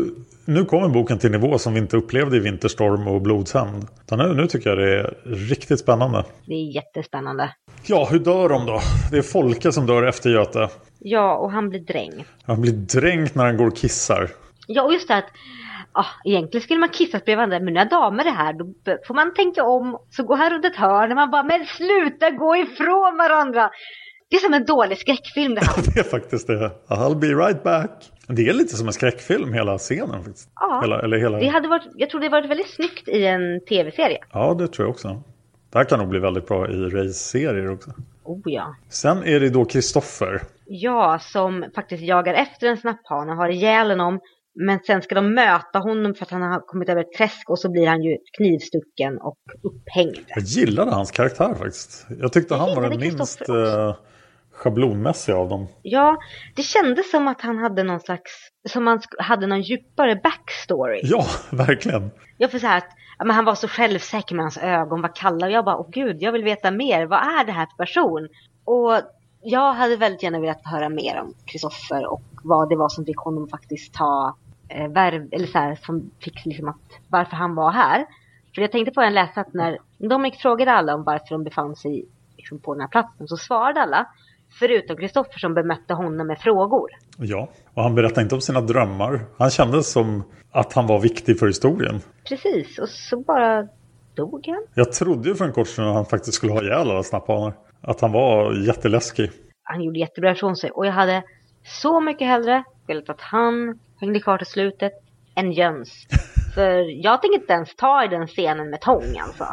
nu kommer boken till nivå som vi inte upplevde i Vinterstorm och Blodshämnd. Nu tycker jag det är riktigt spännande. Det är jättespännande. Ja, hur dör de då? Det är Folke som dör efter Göte. Ja, och han blir dränkt. Han blir dränkt när han går och kissar. Ja, och just det att egentligen skulle man kissa bredvid, men när damer är här, då får man tänka om. Så går här runt ett hörn och man bara, men sluta gå ifrån varandra. Det är som en dålig skräckfilm det här. Det är faktiskt det. I'll be right back. Det är lite som en skräckfilm hela scenen faktiskt. Ja, hela... Det hade varit, jag tror det varit väldigt snyggt i en tv-serie. Ja, det tror jag också. Det här kan nog bli väldigt bra i race-serier också. Oh ja. Sen är det då Kristoffer. Ja, som faktiskt jagar efter en snapphane och har ihjäl honom. Men sen ska de möta honom för att han har kommit över ett träsk och så blir han ju knivstucken och upphängd. Jag gillade hans karaktär faktiskt. Jag tyckte han var den minst schablonmässiga av dem. Ja, det kändes som att han hade någon slags, som han hade någon djupare backstory. Ja, verkligen. Jag får säga att men han var så självsäker med hans ögon var kalla och jag bara, åh gud, jag vill veta mer. Vad är det här för person? Och jag hade väldigt gärna velat höra mer om Kristoffer och vad det var som fick honom faktiskt ta eller så här, som fick liksom att varför han var här. För jag tänkte på en läsa att när Dominic frågade alla om varför de befann sig liksom på den här platsen, så svarade alla förutom Kristoffer som bemötte honom med frågor. Ja, och han berättade inte om sina drömmar. Han kände som att han var viktig för historien. Precis, och så bara dog han. Jag trodde ju för en kort stund att han faktiskt skulle ha ihjäl alla snapphanar. Att han var jätteläskig. Han gjorde jättebra ifrån sig. Och jag hade så mycket hellre velat att han hängde kvar till slutet än Jöns. För jag tänker inte ens ta i den scenen med tång alltså.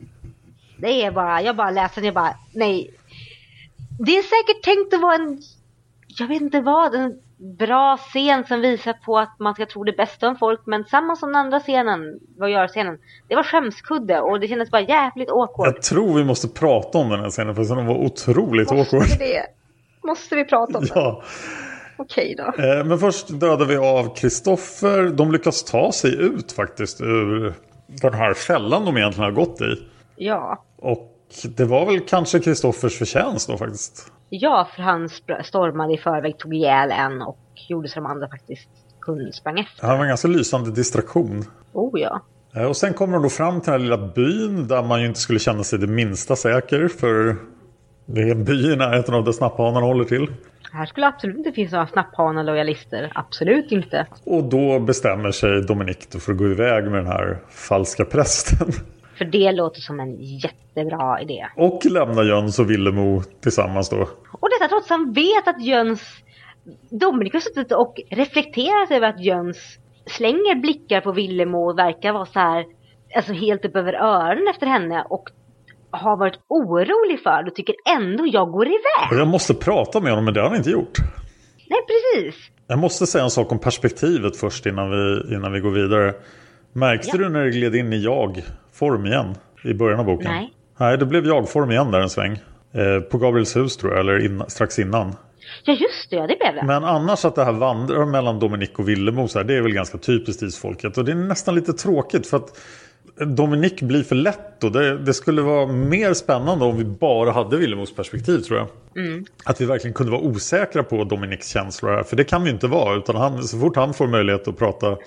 Det är bara, jag bara läser och jag bara, nej. Det är säkert tänkt att vara en, jag vet inte vad, en bra scen som visar på att man ska tro det bästa om folk. Men samma som den andra scenen, vad gör scenen? Det var skämskudde och det kändes bara jävligt awkward. Jag tror vi måste prata om den här scenen för den var otroligt awkward. Måste vi prata om den? Ja. Okej då. Men först dödar vi av Kristoffer. De lyckas ta sig ut faktiskt ur den här fällan de egentligen har gått i. Ja. Och det var väl kanske Kristoffers förtjänst då faktiskt. Ja, för han stormade i förväg, tog ihjäl en och gjorde så de andra faktiskt sprang efter. Han var en ganska lysande distraktion. Oh ja. Och sen kommer de då fram till den här lilla byn där man ju inte skulle känna sig det minsta säker. För det är en by i närheten av där snapphanarna håller till. Här skulle absolut inte finnas några snapphanar-lojalister. Absolut inte. Och då bestämmer sig Dominic för att gå iväg med den här falska prästen. För det låter som en jättebra idé. Och lämna Jöns och Villemo tillsammans då. Och detta trots att han vet att Jöns... Dominic har suttit och reflekterat över att Jöns slänger blickar på Villemo och verkar vara så här... Alltså helt upp över öronen efter henne och har varit orolig för det och tycker ändå jag går iväg. Och jag måste prata med honom, men det har han inte gjort. Nej, precis. Jag måste säga en sak om perspektivet först innan vi går vidare. Märkte du när det gled in i jag-form igen i början av boken? Nej, det blev jag-form igen där en sväng. På Gabriels hus tror jag, eller strax innan. Ja, just det, det blev det. Men annars att det här vandrar mellan Dominic och Villemo så här, det är väl ganska typiskt isfolket. Och det är nästan lite tråkigt för att Dominic blir för lätt och det skulle vara mer spännande om vi bara hade Villemos perspektiv tror jag. Att vi verkligen kunde vara osäkra på Dominics känslor här. För det kan vi inte vara, utan så fort han får möjlighet att prata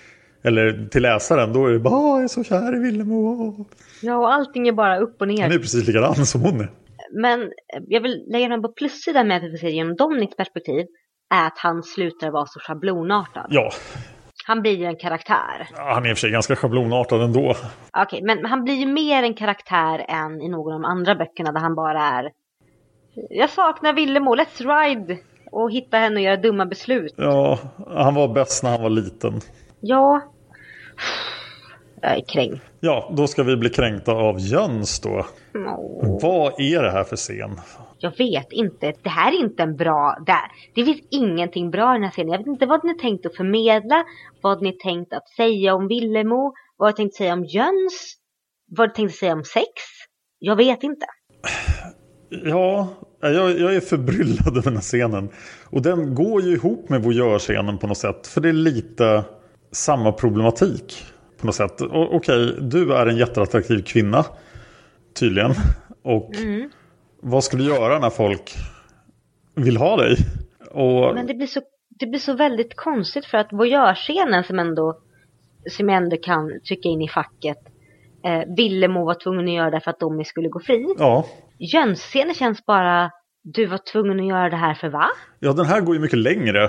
eller till läsaren, då är det bara jag är så kär i Villemo. Ja, och allting är bara upp och ner. Han är precis likadan som hon är. Men jag vill lägga den på plussidan med att vi ser genom Dominics perspektiv är att han slutar vara så schablonartad. Ja. Han blir ju en karaktär. Ja, han är i och för sig ganska schablonartad ändå. Okej, men han blir ju mer en karaktär än i någon av de andra böckerna där han bara är... Jag saknar Villemo, let's ride! Och hitta henne och göra dumma beslut. Ja, han var bäst när han var liten. Ja. Jag är kränkt. Ja, då ska vi bli kränkta av Jöns då. Vad är det här för scen? Jag vet inte. Det här är inte en bra... Det finns ingenting bra i den här scenen. Jag vet inte vad ni är tänkt att förmedla. Vad ni är tänkt att säga om Villemo. Vad ni är tänkt att säga om Jöns. Vad ni är tänkt att säga om sex. Jag vet inte. Ja, jag är förbryllad över den här scenen. Och den går ju ihop med voyeur-scenen på något sätt. För det är lite samma problematik på något sätt. Okej, du är en jätteattraktiv kvinna. Tydligen. Och vad ska du göra när folk vill ha dig? Men det blir så väldigt konstigt för att voyeur-scenen som jag ändå kan trycka in i facket. Villemo var tvungen att göra det för att Dominic skulle gå fri. Ja. Jöns-scenen känns bara, du var tvungen att göra det här för va? Ja, den här går ju mycket längre.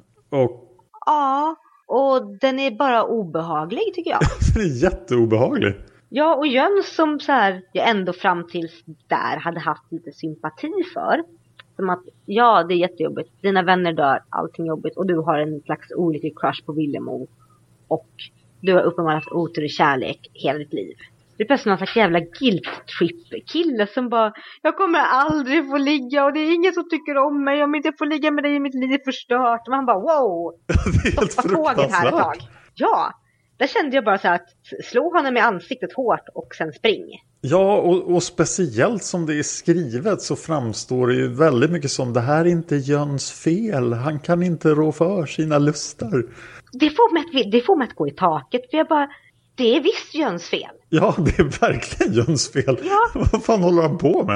Ja, och den är bara obehaglig tycker jag. Den är jätteobehaglig. Ja, och Jöns som så här, jag ändå fram tills där hade haft lite sympati för. Som att, ja det är jättejobbigt. Dina vänner dör, allting jobbigt. Och du har en slags olycklig crush på Villemo. Och du har uppenbarligen haft otur i kärlek hela ditt liv. Det är plötsligt någon slags jävla guilt-trip kille som bara, jag kommer aldrig få ligga och det är ingen som tycker om mig. Om jag inte får ligga med dig i mitt liv är förstört. Och man bara, wow! Det är helt fruktansvärt. Ja, där kände jag bara så att slå honom i ansiktet hårt och sen spring. Ja, och speciellt som det är skrivet så framstår det ju väldigt mycket som det här är inte Jöns fel. Han kan inte rå för sina lustar. Det får mig att gå i taket för jag bara, det är visst Jöns fel. Ja, det är verkligen Jöns fel. Ja. Vad fan håller han på med?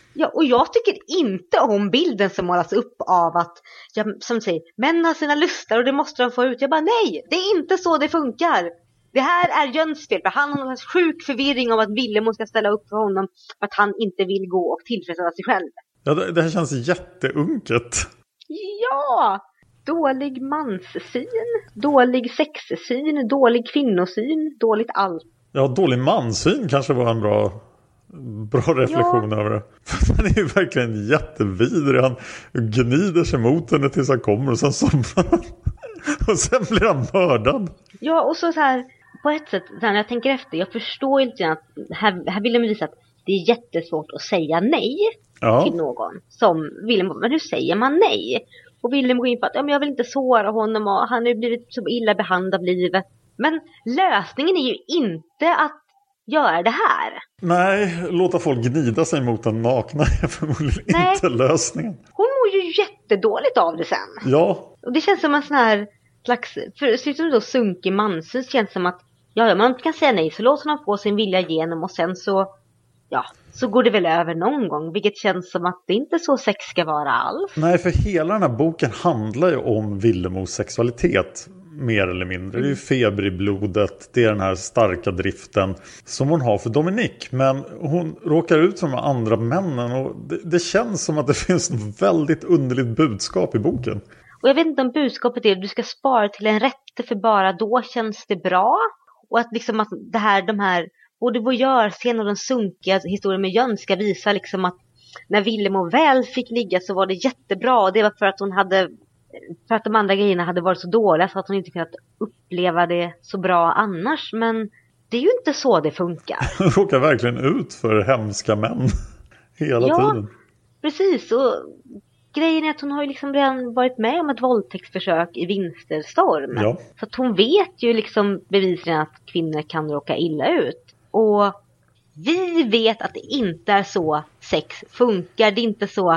Ja, och jag tycker inte om bilden som målas upp av att, som säger, män har sina lustar och det måste de få ut. Jag bara, nej, det är inte så det funkar. Det här är Jöns fel, för han har en sjuk förvirring om att Willemo ska ställa upp för honom för att han inte vill gå och tillfredsställa sig själv. Ja, det här känns jätteunket. Ja, dålig manssyn, dålig sexsyn, dålig kvinnosyn, dåligt allt. Ja, dålig manssyn kanske var en bra reflektion över det. För han är ju verkligen jättevidrig. Han gnider sig mot henne tills han kommer och sen somnar han. Och sen blir han mördad. Ja, och så här, på ett sätt, när jag tänker efter, jag förstår inte att här vill de visa att det är jättesvårt att säga nej till någon som Willemo. Men hur säger man nej? Och Willemo går in på att jag vill inte såra honom och han har ju blivit så illa behandlad av livet. Men lösningen är ju inte att göra det här. Nej, låta folk gnida sig mot den nakna är förmodligen inte lösningen. Hon mår ju jättedåligt av det sen. Ja. Och det känns som en sån här slags, för syftet då sunkig manssyn, känns som att man kan säga nej, så låter honom få sin vilja igenom och sen så går det väl över någon gång, vilket känns som att det inte så sex ska vara alls. Nej, för hela den här boken handlar ju om Willemos sexualitet, mer eller mindre. Det är ju feber i blodet, det är den här starka driften som hon har för Dominique. Men hon råkar ut för de andra männen och det känns som att det finns ett väldigt underligt budskap i boken. Och jag vet inte om budskapet är att du ska spara till en rätte för bara då känns det bra. Och att liksom att de här både voyeur-scen och den sunkiga historien med Jön ska visa liksom att när Willemo väl fick ligga så var det jättebra. Och det var för att de andra grejerna hade varit så dåliga så att hon inte kunnat uppleva det så bra annars. Men det är ju inte så det funkar. Hon råkar verkligen ut för hemska män hela tiden. Precis. Och grejen är att hon har ju liksom redan varit med om ett våldtäktsförsök i Vinsterstorm. Ja. Så att hon vet ju liksom bevisligen att kvinnor kan råka illa ut. Och vi vet att det inte är så sex funkar. Det är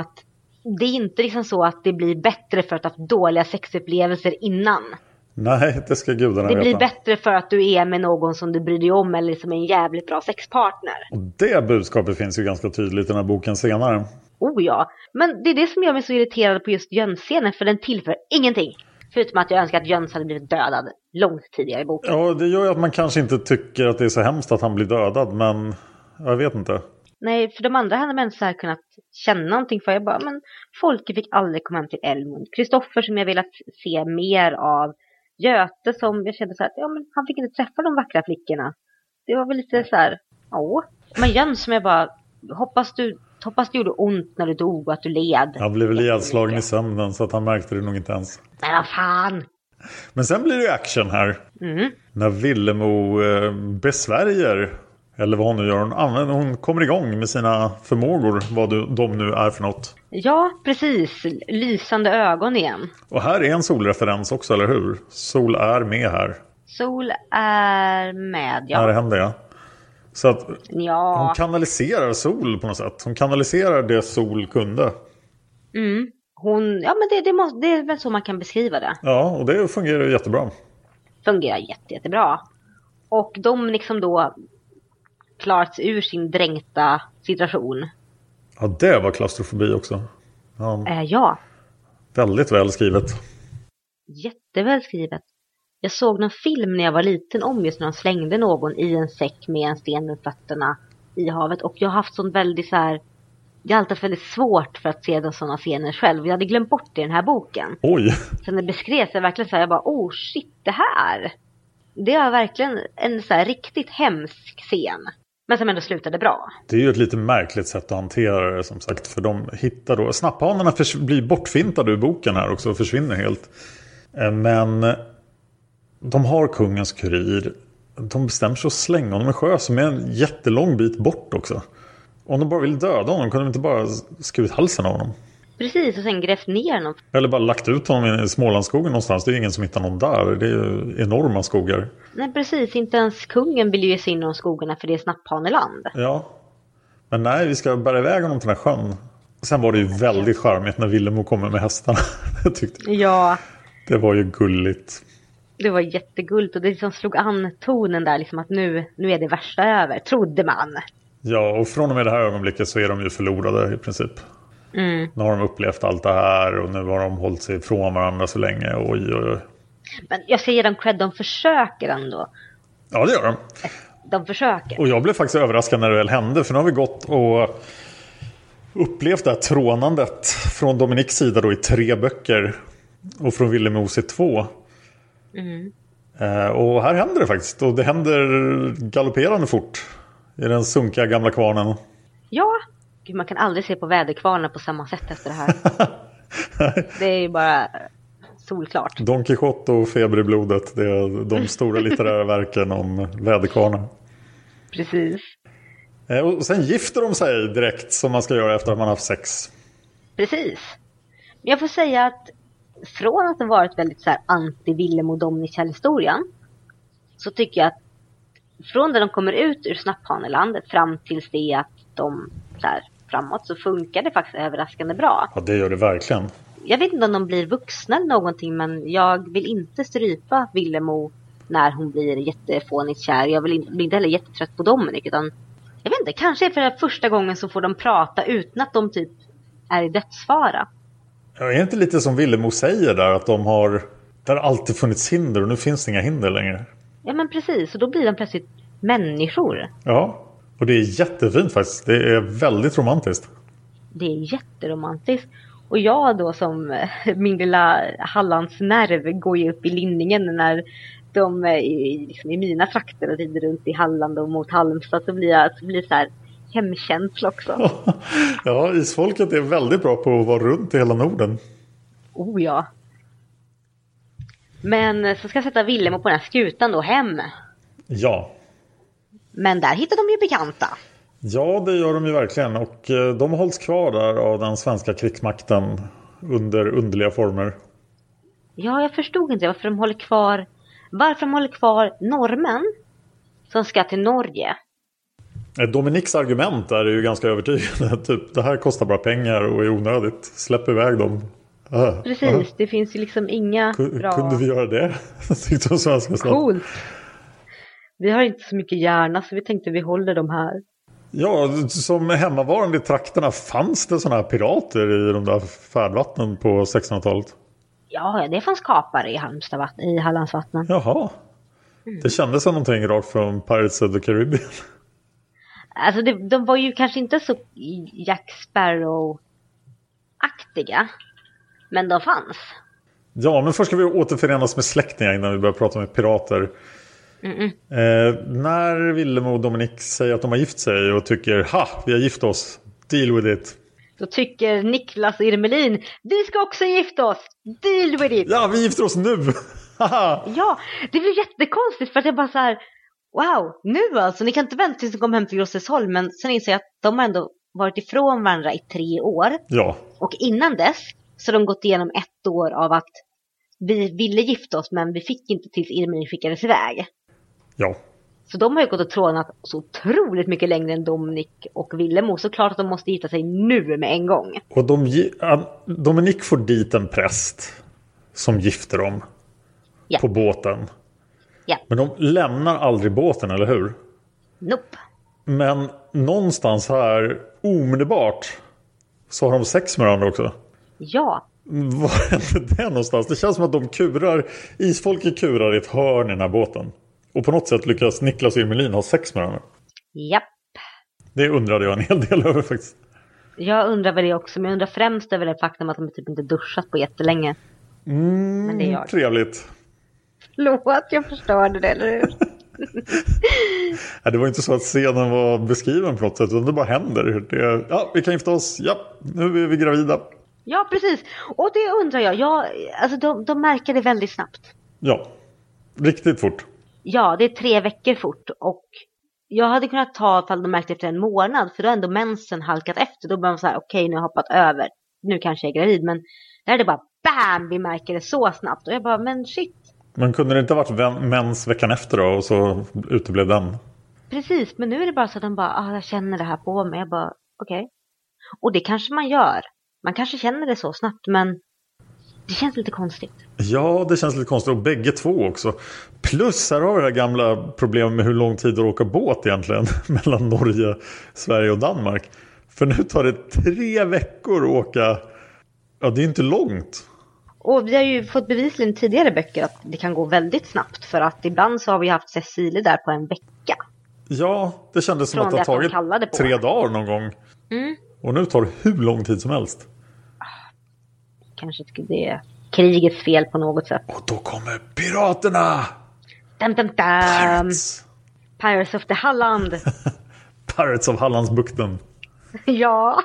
inte liksom så att det blir bättre för att ha haft dåliga sexupplevelser innan. Nej, det ska gudarna veta. Det blir bättre för att du är med någon som du bryr dig om eller som är en jävligt bra sexpartner. Och det budskapet finns ju ganska tydligt i den här boken senare. Oh ja, men det är det som gör mig så irriterad på just Jöns-scenen, för den tillför ingenting. Förutom att jag önskar att Jöns hade blivit dödad långt tidigare i boken. Ja, det gör ju att man kanske inte tycker att det är så hemskt att han blir dödad, men jag vet inte. Nej, för de andra hade människor här kunnat känna någonting för. Jag bara, men Folke fick aldrig komma hem till Elmund. Kristoffer som jag velat se mer av. Göte som jag kände så här, men han fick inte träffa de vackra flickorna. Det var väl lite så här, Men Jöns som jag bara, hoppas du gjorde ont när du dog och att du led. Han blev väl ihjälslagen i sömnen så att han märkte det nog inte ens. Men vad fan! Men sen blir det action här. När Willemo besvärjer, eller vad hon nu gör. Hon kommer igång med sina förmågor, vad de nu är för något. Ja, precis. Lysande ögon igen. Och här är en solreferens också, eller hur? Sol är med här. Sol är med, ja. Här händer jag. Så att hon kanaliserar Sol på något sätt. Hon kanaliserar det Sol kunde. Men det är väl så man kan beskriva det. Ja, och det fungerar jättebra. Fungerar jättebra. Och de liksom då klarat sig ur sin dränkta situation. Ja, det var klaustrofobi också. Ja. Väldigt väl skrivet. Jätteväl skrivet. Jag såg någon film när jag var liten om just när de slängde någon i en säck med en sten med fötterna i havet. Och jag har haft sån väldigt så här... Jag har alltid haft väldigt svårt för att se sådana scener själv. Jag hade glömt bort det i den här boken. Oj! Sen det beskrevs jag verkligen så här, jag bara, shit, det här! Det är verkligen en så här riktigt hemsk scen. Men som ändå slutade bra. Det är ju ett lite märkligt sätt att hantera det som sagt. För de hittar då... Snapphanarna blir bortfintade ur boken här också och försvinner helt. Men de har kungens kurir. De bestämmer sig att slänga honom i sjö som är en jättelång bit bort också. Om de bara vill döda honom kunde de inte bara skurit halsen av honom. Precis, och sen grävt ner honom. Eller bara lagt ut honom i Smålandsskogen någonstans. Det är ingen som hittar någon där. Det är ju enorma skogar. Nej, precis. Inte ens kungen vill ju ge sig in i de skogarna för det är snapphaneland. Ja. Men nej, vi ska bära iväg honom till den här sjön. Sen var det ju väldigt charmigt när Willemo kommer med hästarna. Jag tyckte. Ja. Det var ju gulligt. Det var jättegulligt och det liksom slog an tonen där liksom att nu är det värsta över, trodde man. Ja, och från och med det här ögonblicket så är de ju förlorade i princip. Nu har de upplevt allt det här och nu har de hållit sig ifrån varandra så länge. Oj. Men jag säger dem cred, de försöker ändå. Ja, det gör de. De försöker. Och jag blev faktiskt överraskad när det väl hände. För nu har vi gått och upplevt det här trånandet från Dominics sida då i 3 böcker. Och från Villemos i 2. Och här händer det faktiskt. Och det händer galopperande fort i den sunkiga gamla kvarnen. Ja, gud, man kan aldrig se på väderkvarnar på samma sätt efter det här. Det är ju bara solklart. Don Quixote och Feber i blodet. Det är de stora litterära verken om väderkvarnar. Precis. Och sen gifter de sig direkt som man ska göra efter att man haft sex. Precis. Men jag får säga att från att det varit väldigt så här anti-Villemo Dominic-historien så tycker jag att från när de kommer ut ur snapphanelandet fram tills det att de så här, framåt så funkar det faktiskt överraskande bra. Ja, det gör det verkligen. Jag vet inte om de blir vuxna eller någonting, men jag vill inte strypa Villemo när hon blir jättefånigt kär. Jag blir inte heller jättetrött på Dominic, utan jag vet inte, kanske för den första gången så får de prata utan att de typ är i dödsfara. Ja, är det inte lite som Villemo säger där, att de har, där har alltid funnits hinder och nu finns det inga hinder längre? Ja, men precis, och då blir de plötsligt människor. Ja, och det är jättefint faktiskt. Det är väldigt romantiskt. Det är jätteromantiskt. Och jag då som min lilla Hallandsnerv går ju upp i linningen när de liksom i mina trakter och rider runt i Halland och mot Halmstad, så blir så här hemkänsla också. Ja, isfolket är väldigt bra på att vara runt i hela Norden. Oh ja. Men så ska jag sätta Villemo på den här skutan då hem. Ja. Men där hittar de ju bekanta. Ja, det gör de ju verkligen. Och de har hållits kvar där av den svenska krigsmakten under underliga former. Ja, jag förstod inte varför de håller kvar norrmän som ska till Norge. Dominics argument där är ju ganska övertygande. Typ, det här kostar bara pengar och är onödigt. Släpp iväg dem. Precis, det finns ju liksom inga bra... Kunde vi göra det? Tyckte de svenska snart. Coolt. Vi har inte så mycket hjärna så vi tänkte vi håller dem här. Ja, som hemmavarande i trakterna fanns det sådana här pirater i de där färdvattnen på 1600-talet? Ja, det fanns kapare i Hallandsvattnen. Jaha. Det kändes som någonting rakt från Pirates of the Caribbean. Alltså de var ju kanske inte så Jack Sparrow-aktiga. Men de fanns. Ja, men först ska vi återförenas med släktingar innan vi börjar prata med pirater. När Villemo och Dominic säger att de har gift sig och tycker, vi har gift oss, deal with it. Då tycker Niklas och Irmelin, vi ska också gifta oss, deal with it. Ja, vi gifter oss nu. Ja, det blir jättekonstigt för att jag bara så här, wow, nu alltså, ni kan inte vänta tills de kommer hem till Grossesholm. Men sen inser jag att de har ändå varit ifrån varandra i 3 år. Ja. Och innan dess så har de gått igenom 1 år av att vi ville gifta oss men vi fick inte tills Irmelin skickades iväg. Ja. Så de har ju gått och trånat så otroligt mycket längre än Dominic och Villemo. Så klart att de måste gifta sig nu med en gång. Och Dominic får dit en präst som gifter dem på båten. Ja. Men de lämnar aldrig båten, eller hur? Nope. Men någonstans här omedelbart så har de sex med varandra också. Ja. Var är det någonstans? Det känns som att isfolket kurar i ett hörn i den här båten. Och på något sätt lyckas Niklas och Irmelin ha sex med varandra. Japp. Det undrade jag en hel del över faktiskt. Jag undrar väl det också, men jag undrar främst över det faktum att de typ inte duschat på jättelänge. Men det är jag. Trevligt. Förlåt, jag förstörde det, eller hur? Nej, det var inte så att scenen var beskriven på något sätt, utan det bara händer. Vi kan gifta oss, nu är vi gravida. Ja, precis. Och det undrar jag. Alltså de märker det väldigt snabbt. Ja, riktigt fort. Ja, det är 3 veckor fort. Och jag hade kunnat ta ifall de märkte efter 1 månad. För då har ändå mensen halkat efter. Då blir man så här, okej, nu har jag hoppat över. Nu kanske jag är gravid. Men där är det bara, bam, vi märker det så snabbt. Och jag bara, men shit. Men kunde det inte ha varit mens veckan efter då? Och så uteblev den? Precis, men nu är det bara så att de bara, jag känner det här på mig. Jag bara, okej. Och det kanske man gör. Man kanske känner det så snabbt, men Det känns lite konstigt. Ja, det känns lite konstigt. Och bägge två också. Plus här har vi det här gamla problemet med hur lång tid det åka båt egentligen. Mellan Norge, Sverige och Danmark. För nu tar det 3 veckor att åka. Ja, det är inte långt. Och vi har ju fått bevisligen tidigare böcker att det kan gå väldigt snabbt. För att ibland så har vi haft Cecile där på en vecka. Ja, det kändes som att det har tagit 3 dagar någon gång. Och nu tar det hur lång tid som helst. Kanske det är krigets fel på något sätt. Och då kommer piraterna! Dum, dum, dum. Pirates of the Halland. Pirates of Hallandsbukten. Ja.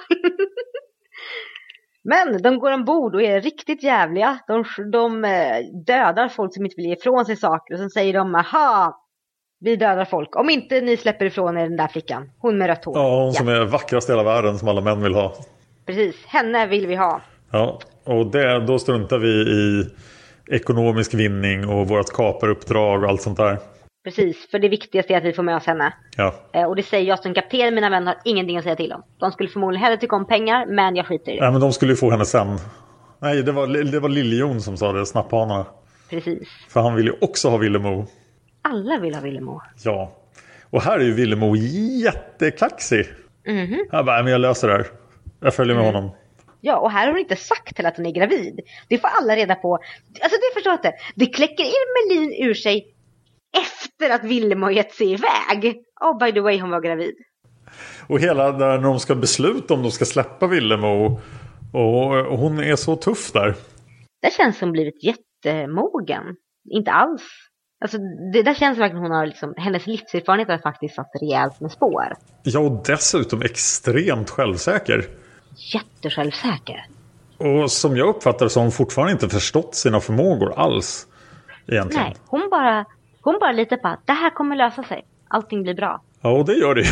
Men de går ombord och är riktigt jävliga. De dödar folk som inte vill ge ifrån sig saker. Och sen säger de, aha, vi dödar folk. Om inte ni släpper ifrån er den där flickan. Hon med rött hår. Ja, hon som är vackrast i hela världen som alla män vill ha. Precis, henne vill vi ha. Ja, och då struntar vi i ekonomisk vinning och vårt kaparuppdrag och allt sånt där. Precis, för det viktigaste är att vi får med oss henne. Ja. Och det säger jag som kapten, mina vänner har ingenting att säga till om. De skulle förmodligen hellre tycka om pengar, men jag skiter i det. Nej, men de skulle ju få henne sen. Nej, det var Liljon som sa det, snapphanarna. Precis. För han vill ju också ha Villemo. Alla vill ha Villemo. Ja, och här är ju Villemo jättekaxig. Jag bara, men jag löser det här. Jag följer med honom. Ja, och här har hon inte sagt till att hon är gravid. Det får alla reda på. Alltså det förstår jag inte. Det kläcker in Melin ur sig efter att Villemo gett sig iväg. Oh, by the way, hon var gravid. Och hela där när de ska besluta om de ska släppa Villemo. Och hon är så tuff där. Det känns som blivit jättemogen. Inte alls. Alltså det där känns verkligen hon har liksom, hennes livserfarenhet har faktiskt satt rejält med spår. Ja, och dessutom extremt självsäker. Jättesjälvsäker. Och som jag uppfattar så har hon fortfarande inte förstått sina förmågor alls. Egentligen. Nej, hon bara litar på att det här kommer lösa sig. Allting blir bra. Ja, och det gör det.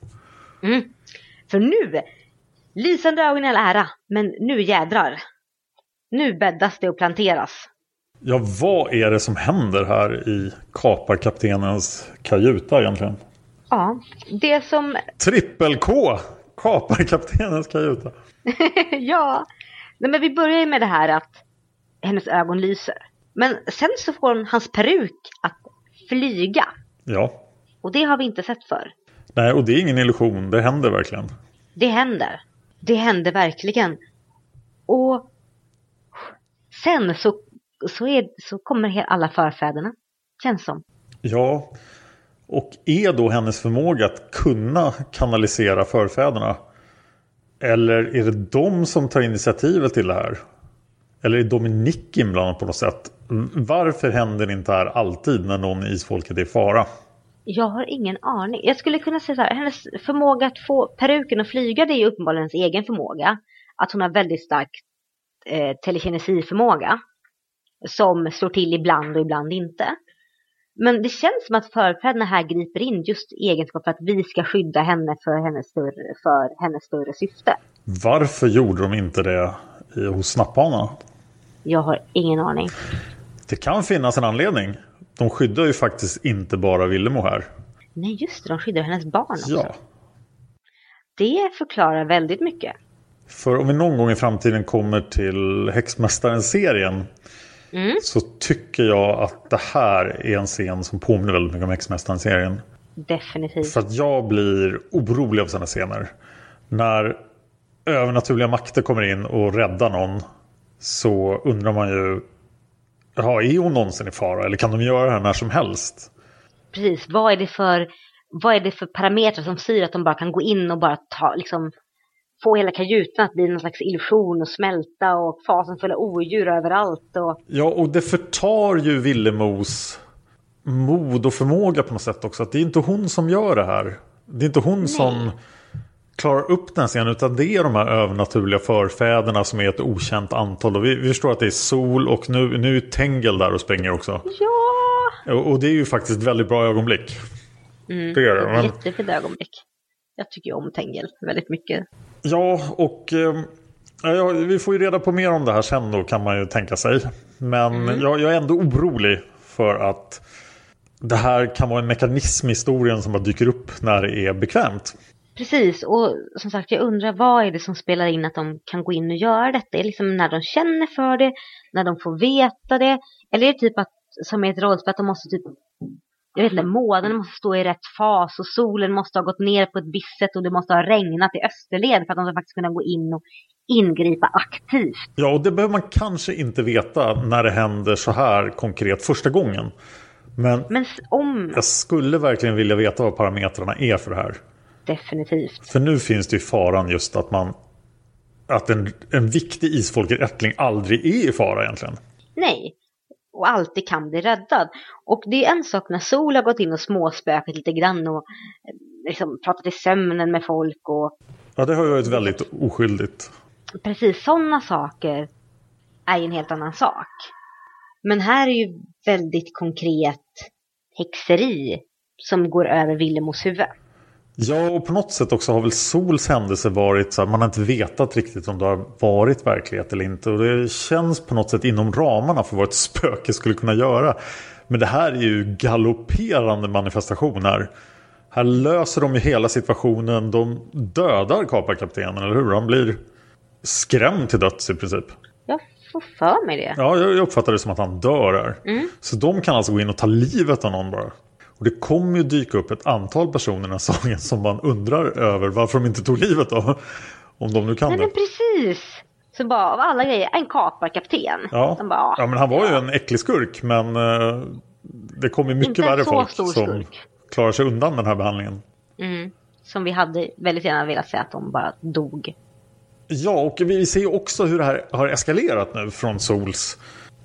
För nu, lysande ögon i all ära, men nu jädrar. Nu bäddas det och planteras. Ja, vad är det som händer här i kaparkaptenens kajuta egentligen? Ja, det som... Trippel K! Kaparkaptenens kajuta. Ja, nej, men vi börjar ju med det här att hennes ögon lyser. Men sen så får hon hans peruk att flyga. Ja. Och det har vi inte sett för. Nej, och det är ingen illusion. Det händer verkligen. Det händer. Det händer verkligen. Och sen så kommer alla förfäderna. Känns som. Ja. Och är då hennes förmåga att kunna kanalisera förfäderna? Eller är det de som tar initiativet till det här? Eller är Dominique inblandad på något sätt? Varför händer det inte här alltid när någon i isfolket är i fara? Jag har ingen aning. Jag skulle kunna säga så här. Hennes förmåga att få peruken att flyga, det är ju uppenbarligen hennes egen förmåga. Att hon har väldigt stark telekinesiförmåga. Som slår till ibland och ibland inte. Men det känns som att förfäderna här griper in just i egenskap för att vi ska skydda henne för hennes större syfte. Varför gjorde de inte det hos snapphanarna? Jag har ingen aning. Det kan finnas en anledning. De skyddar ju faktiskt inte bara Villemo här. Nej, just det. De skyddar hennes barn också. Ja. Det förklarar väldigt mycket. För om vi någon gång i framtiden kommer till Häxmästaren-serien så tycker jag att det här är en scen som påminner väldigt mycket om Häxmästaren-serien. Definitivt. För att jag blir orolig av sådana scener. När övernaturliga makter kommer in och räddar någon så undrar man ju, är hon någonsin i fara? Eller kan de göra det här när som helst? Precis, vad är det för parametrar som säger att de bara kan gå in och bara få hela kajutan att bli någon slags illusion och smälta och fasenfulla odjur överallt. Ja, och det förtar ju Villemos mod och förmåga på något sätt också. Att det är inte hon som gör det här. Det är inte hon som klarar upp den scenen, utan det är de här övernaturliga förfäderna som är ett okänt antal. Och vi förstår att det är Sol och nu är Tengel där och springer också. Ja! Och det är ju faktiskt ett väldigt bra ögonblick. Det är det. Men... jättefint ögonblick. Jag tycker ju om Tengel väldigt mycket. Ja, och vi får ju reda på mer om det här sen då, kan man ju tänka sig. Men jag är ändå orolig för att det här kan vara en mekanism i historien som bara dyker upp när det är bekvämt. Precis, och som sagt jag undrar vad är det som spelar in att de kan gå in och göra detta? Är det liksom när de känner för det, när de får veta det? Eller är det typ att, som är ett rollspel, att de måste typ, jag vet inte, månen måste stå i rätt fas och solen måste ha gått ner på ett visst sätt och det måste ha regnat i österled för att de ska faktiskt kunna gå in och ingripa aktivt. Ja, och det behöver man kanske inte veta när det händer så här konkret första gången. Men jag skulle verkligen vilja veta vad parametrarna är för det här. Definitivt. För nu finns det ju faran just att en viktig isfolkerättling aldrig är i fara egentligen. Nej, och alltid kan bli räddad. Och det är en sak när Sol har gått in och småspökat lite grann och liksom pratat i sömnen med folk. Och ja, det har ju varit väldigt oskyldigt. Precis, sådana saker är en helt annan sak. Men här är ju väldigt konkret häxeri som går över Villemos huvud. Ja, och på något sätt också har väl Sols händelse varit så att man har inte vetat riktigt om det har varit verklighet eller inte. Och det känns på något sätt inom ramarna för vad ett spöke skulle kunna göra. Men det här är ju galopperande manifestationer. Här löser de ju hela situationen. De dödar kaparkaptenen, eller hur? Han blir skrämd till döds i princip. Jag får för mig det. Ja, jag uppfattar det som att han dör här. Så de kan alltså gå in och ta livet av någon bara. Och det kommer ju dyka upp ett antal personer i den här sången som man undrar över varför de inte tog livet av. Om de nu kan. Nej, det. Men precis. Så bara av alla grejer, en kaparkapten. Ja. Ja, men han var ju en äcklig skurk. Men det kommer mycket inte värre folk som skurk. Klarar sig undan den här behandlingen. Som vi hade väldigt gärna velat säga att de bara dog. Ja, och vi ser ju också hur det här har eskalerat nu från Sols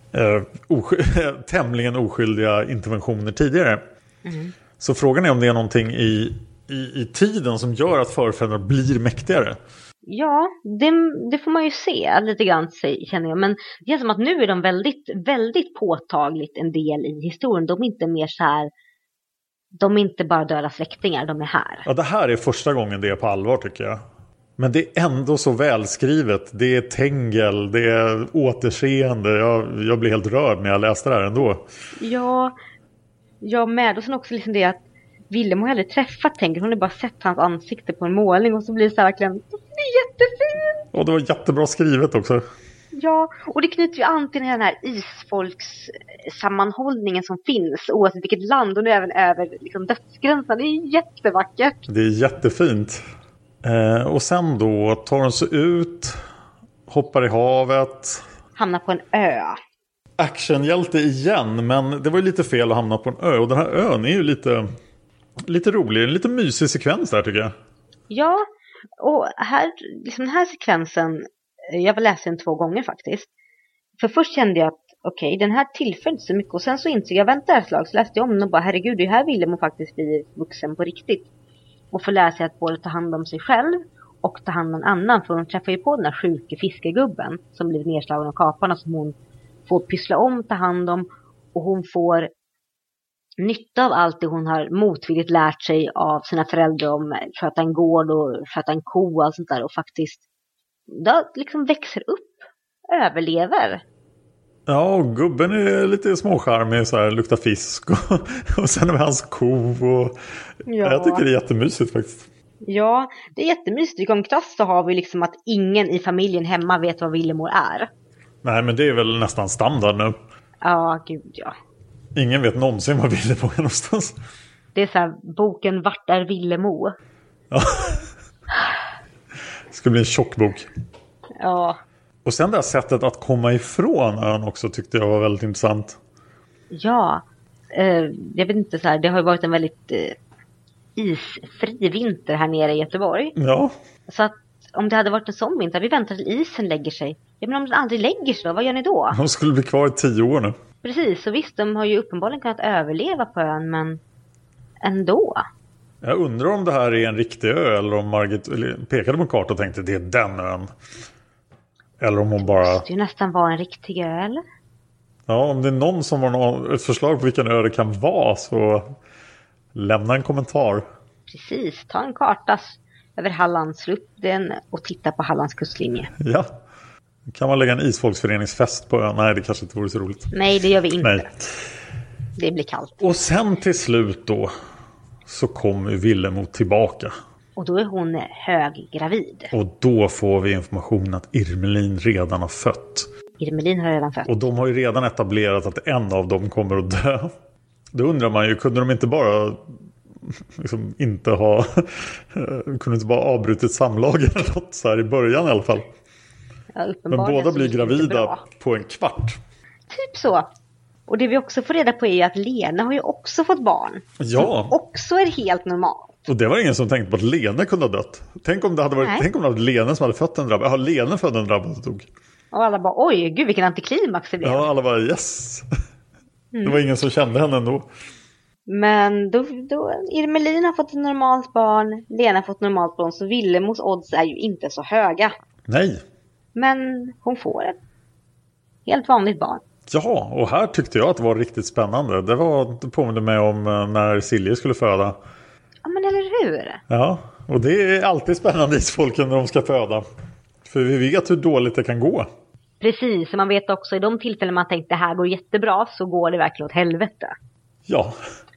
tämligen oskyldiga interventioner tidigare. Så frågan är om det är någonting i tiden som gör att förfäderna blir mäktigare. Ja, det får man ju se lite grann, känner jag. Men det är som att nu är de väldigt, väldigt påtagligt en del i historien. De är inte mer så här, de är inte bara döda släktingar, de är här. Ja, det här är första gången det är på allvar tycker jag. Men det är ändå så välskrivet. Det är tängel, det är återseende. Jag blir helt rörd när jag läste det här ändå. Ja, jag med. Och sen också liksom det att Willem har aldrig träffat tängel. Hon har bara sett hans ansikte på en målning. Och så blir det så här verkligen, det är jättefint. Och det var jättebra skrivet också. Ja, och det knyter ju an till den här isfolkssammanhållningen som finns. Oavsett vilket land och nu även över liksom dödsgränsen. Det är jättevackert. Det är jättefint. Och sen då tar hon sig ut, hoppar i havet. Hamnar på en ö. Actionhjälte igen, men det var ju lite fel att hamna på en ö. Och den här ön är ju lite rolig, en lite mysig sekvens där tycker jag. Ja, och här, liksom den här sekvensen, jag var läst den 2 gånger faktiskt. För först kände jag att okej, den här tillför inte så mycket. Och sen så insåg jag, vänta ett slag, så läste jag om den och bara, herregud, det här ville man faktiskt bli vuxen på riktigt. Och få lära sig att både ta hand om sig själv och ta hand om en annan. För hon träffar ju på den här sjuka fiskegubben som blivit nedslagen av kaparna som hon får pyssla om, ta hand om. Och hon får nytta av allt det hon har motvilligt lärt sig av sina föräldrar om sköta en gård och sköta en ko och allt sånt där. Och faktiskt då liksom växer upp, överlever. Ja, och gubben är lite småcharmig, så här, luktar fisk och sen med hans ko och ja. Jag tycker det är jättemysigt faktiskt. Ja, det är jättemysigt. I kontrast så har vi liksom att ingen i familjen hemma vet vad Villemor är. Nej, men det är väl nästan standard nu. Ja, gud ja. Ingen vet någonsin vad Villemor är någonstans. Det är så här, boken Vart är Villemo? Ja. Det ska bli en tjock bok. Ja. Och sen det här sättet att komma ifrån ön också tyckte jag var väldigt intressant. Ja, jag vet inte så här, det har ju varit en väldigt isfri vinter här nere i Göteborg. Ja. Så att om det hade varit en sån vinter, vi väntar till isen lägger sig. Ja, men om den aldrig lägger sig då, vad gör ni då? De skulle bli kvar i 10 år nu. Precis, så visst, de har ju uppenbarligen kunnat överleva på ön, men ändå. Jag undrar om det här är en riktig ö eller om Margit pekade på en karta och tänkte det är den ön. Eller om hon bara... Det måste ju nästan vara en riktig ö, eller? Ja, om det är någon som har ett förslag på vilken ö det kan vara så lämna en kommentar. Precis, ta en karta över Halland, slå upp den och titta på Hallands kustlinje. Ja, kan man lägga en isfolksföreningsfest på ön? Nej, det kanske inte vore så roligt. Nej, det gör vi inte. Nej. Det blir kallt. Och sen till slut då så kommer Villemo tillbaka. Och då är hon höggravid. Och då får vi information att Irmelin redan har fött. Irmelin har redan fött. Och de har ju redan etablerat att en av dem kommer att dö. Då undrar man ju, kunde de inte bara liksom inte ha kunde inte bara avbrutit samlag eller något så här i början i alla fall. Ja, men båda blir gravida på en kvart. Typ så. Och det vi också får reda på är ju att Lena har ju också fått barn. Ja. Som också är helt normalt. Och det var ingen som tänkte på att Lena kunde ha dött. Tänk om det hade varit, tänk om det var Lena som hade fött en drabbad. Ja, Lena födde en drabbad och dog. Och alla bara, oj, gud vilken antiklimax det blev. Ja, alla bara, yes. Det var ingen som kände henne ändå. Men då Irmelin har fått ett normalt barn, Lena har fått ett normalt barn, så Villemos odds är ju inte så höga. Nej. Men hon får ett helt vanligt barn. Ja, och här tyckte jag att det var riktigt spännande. Det påminner mig om när Silje skulle föda. Ja, men eller hur? Ja, och det är alltid spännande i folken när de ska föda. För vi vet hur dåligt det kan gå. Precis, man vet också i de tillfällen man tänkt det här går jättebra, så går det verkligen åt helvete. Ja.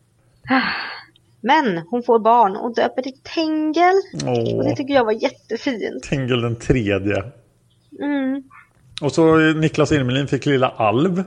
Men hon får barn och döper till Tengel. Och det tycker jag var jättefint. Tengel den 3:e. Och så Niklas Irmelin fick lilla Alv.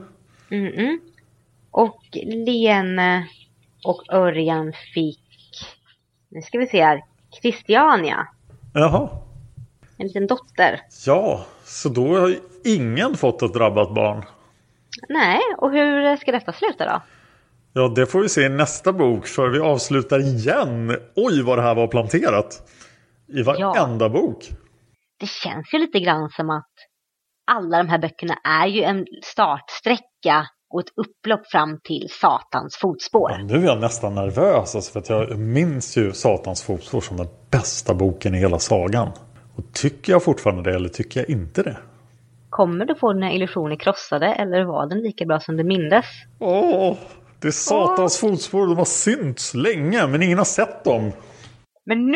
Och Lene och Örjan fick, nu ska vi se här, Christiania. Jaha. En liten dotter. Ja, så då har ingen fått ett drabbat barn. Nej, och hur ska detta sluta då? Ja, det får vi se i nästa bok, för vi avslutar igen. Oj, vad det här var planterat. I varenda bok. Det känns ju lite grann som att alla de här böckerna är ju en startsträcka och ett upplopp fram till Satans fotspår. Ja, nu är jag nästan nervös, alltså, för att jag minns ju Satans fotspår som den bästa boken i hela sagan. Och tycker jag fortfarande det, eller tycker jag inte det? Kommer du få dina illusioner krossade, eller var den lika bra som du mindes? Det är Satans fotspår, de har synts länge, men ingen har sett dem. Men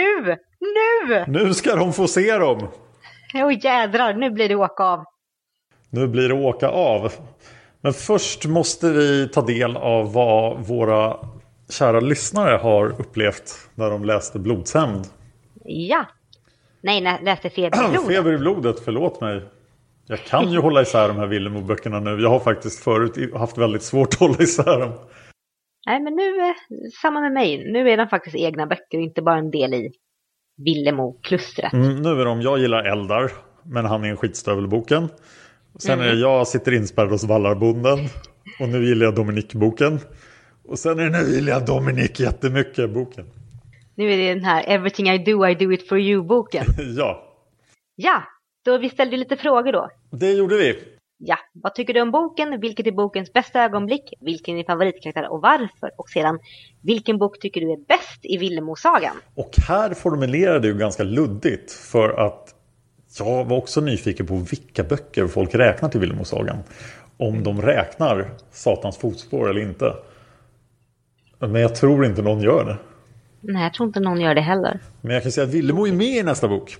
nu ska de få se dem. Jädrar, nu blir det åka av. Nu blir det åka av. Men först måste vi ta del av vad våra kära lyssnare har upplevt när de läste Blodshämnd. Ja. Nej, läste Feber i blodet. Feber i blodet, förlåt mig. Jag kan ju hålla isär de här Villemo-böckerna nu. Jag har faktiskt förut haft väldigt svårt att hålla isär dem. Nej, men nu, samma med mig. Nu är de faktiskt egna böcker, inte bara en del i Villemo-klustret. Nu är de, jag gillar Eldar, men han är en skitstövelboken. Sen är det jag sitter inspärrad hos Vallarbonden. Och nu gillar jag Dominic-boken. Och sen är det nu gillar jag Dominic jättemycket-boken. Nu är det den här Everything I do it for you-boken. Ja, då vi ställde lite frågor då. Det gjorde vi. Ja, vad tycker du om boken? Vilket är bokens bästa ögonblick? Vilken är favoritkaraktär och varför? Och sedan, vilken bok tycker du är bäst i Villemo-sagan? Och här formulerade du ganska luddigt, för att jag var också nyfiken på vilka böcker folk räknar till Villemo-sagan. Om de räknar Satans fotspår eller inte. Men jag tror inte någon gör det. Nej, jag tror inte någon gör det heller. Men jag kan säga att Villemo är med i nästa bok.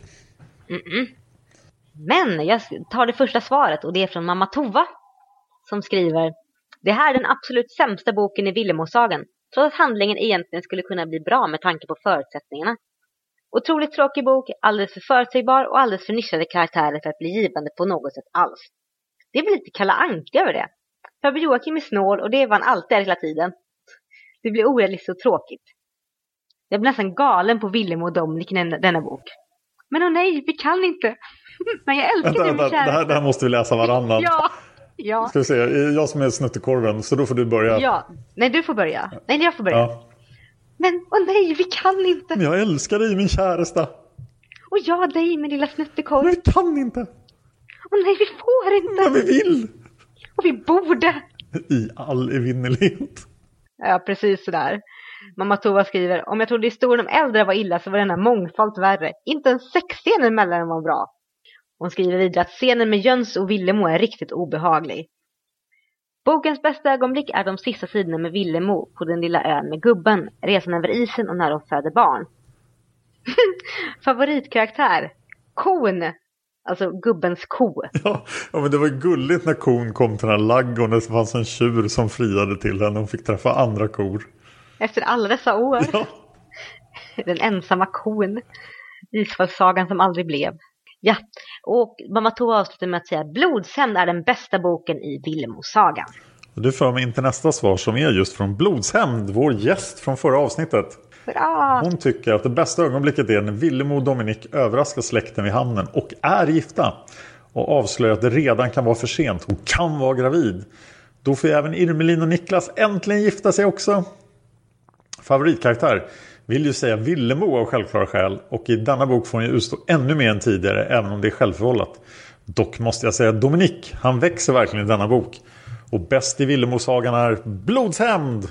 Men jag tar det första svaret, och det är från mamma Tova som skriver: det här är den absolut sämsta boken i Villemo-sagan, trots att handlingen egentligen skulle kunna bli bra med tanke på förutsättningarna. Otroligt tråkig bok, alldeles för förutsägbar och alldeles för nischade karaktärer för att bli givande på något sätt alls. Det blir lite Kalle Anka över det. Farbror Joakim är snål, och det var han alltid hela tiden. Det blir orealistiskt och tråkigt. Jag blir nästan galen på Villemo och Dominic i denna bok. Men nej, vi kan inte. Men jag älskar det med kärlek. Det här måste vi läsa varannan. Ja. Ska vi se, jag som är snuttekorven, så då får du börja. Ja, nej du får börja. Nej, jag får börja. Ja. Men, nej, vi kan inte. Men jag älskar dig, min käresta. Och jag dig, min lilla snuttekorv. Men vi kan inte. Nej, vi får inte. Men vi vill. Och vi borde. I all evinnerlighet. Ja, precis sådär. Mamma Tova skriver: om jag trodde historien om äldre var illa, så var denna mångfalt värre. Inte en sexscenen mellan dem var bra. Hon skriver vidare att scenen med Jöns och Villemo är riktigt obehaglig. Bokens bästa ögonblick är de sista sidorna med Villemo på den lilla ön med gubben, resan över isen och när de föder barn. Favoritkaraktär? Kon. Alltså gubbens ko. Ja, men det var gulligt när kon kom till den här laggon. Det fanns en tjur som friade till henne och fick träffa andra kor. Efter alla dessa år. Ja. Den ensamma kon. Isfolksagan som aldrig blev. Ja, och Mamma Tova avslutar med att säga att Blodshämnd är den bästa boken i Villemosagan. Du för mig in till nästa svar som är just från Blodshämnd, vår gäst från förra avsnittet. Bra. Hon tycker att det bästa ögonblicket är när Villemo och Dominic överraskar släkten vid hamnen och är gifta. Och avslöjar att det redan kan vara för sent. Hon kan vara gravid. Då får även Irmelin och Niklas äntligen gifta sig också. Favoritkaraktär vill ju säga Villemo av självklara skäl. Och i denna bok får hon ju utstå ännu mer än tidigare, även om det är självförvållat. Dock måste jag säga Dominic, han växer verkligen i denna bok. Och bäst i Villemosagan är Blodshämnd.